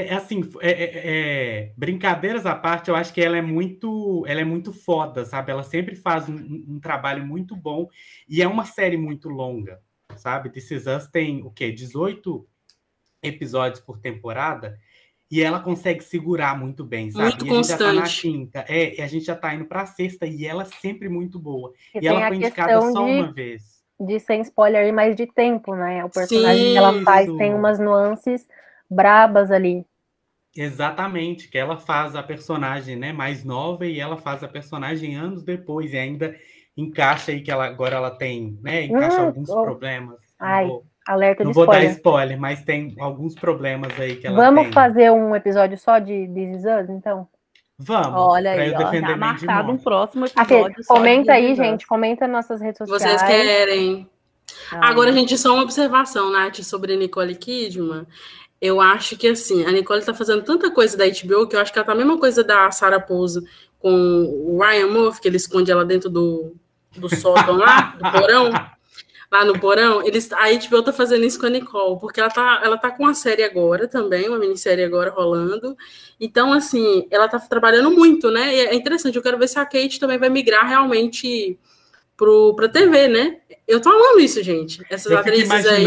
Brincadeiras à parte, eu acho que ela é muito foda, sabe? Ela sempre faz um trabalho muito bom e é uma série muito longa, sabe? This Is Us tem, 18 episódios por temporada e ela consegue segurar muito bem, sabe? Muito e constante. A gente já tá na 5ª, e a gente já tá indo pra 6ª e ela é sempre muito boa. E ela foi indicada só uma vez. De sem spoiler aí, mais de tempo, né? O personagem que ela faz tem umas nuances brabas ali. Exatamente, que ela faz a personagem, né, mais nova e ela faz a personagem anos depois e ainda encaixa aí que agora ela tem, né, alguns problemas. Alerta não de vou spoiler. dar spoiler, mas tem alguns problemas aí que ela tem. Vamos fazer um episódio só de This Is Us, então? Vamos. Olha aí, já marcado um próximo episódio. Comenta aí, gente. Comenta nas nossas redes sociais. Vocês querem. Agora, gente, só uma observação, Nath, sobre a Nicole Kidman. Eu acho que, assim, a Nicole tá fazendo tanta coisa da HBO que eu acho que ela tá a mesma coisa da Sarah Paulson com o Ryan Murphy, que ele esconde ela dentro do sótão lá, do porão. Lá no porão, a HBO tá fazendo isso com a Nicole, porque ela tá com uma série agora também, uma minissérie agora rolando. Então, assim, ela tá trabalhando muito, né? E é interessante, eu quero ver se a Kate também vai migrar realmente pra TV, né? Eu tô amando isso, gente. Essas atrizes aí.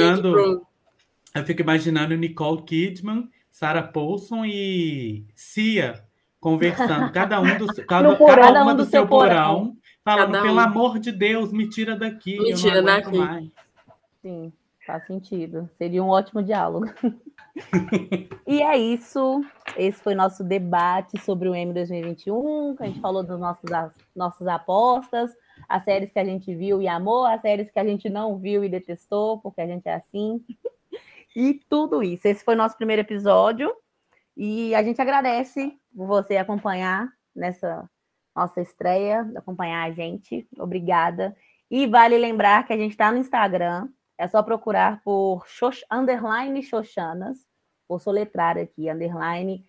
Eu fico imaginando Nicole Kidman, Sarah Paulson e Cia conversando, cada uma do seu porão, falando, pelo amor de Deus, me tira daqui, eu não aguento mais. Sim, faz sentido. Seria um ótimo diálogo. E é isso. Esse foi nosso debate sobre o Emmy 2021. A gente falou das nossas apostas, as séries que a gente viu e amou, as séries que a gente não viu e detestou, porque a gente é assim. E tudo isso. Esse foi o nosso primeiro episódio. E a gente agradece por você acompanhar nessa nossa estreia, acompanhar a gente. Obrigada. E vale lembrar que a gente está no Instagram. É só procurar por _Xoxanas. Vou soletrar aqui, _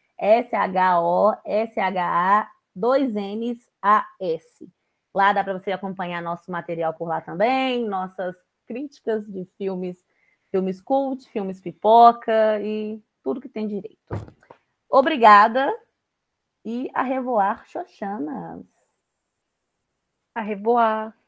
SHOSHA2NAS. Lá dá para você acompanhar nosso material por lá também, nossas críticas de filmes cult, filmes pipoca e tudo que tem direito. Obrigada e a revoar, Xoxanas. A revoar.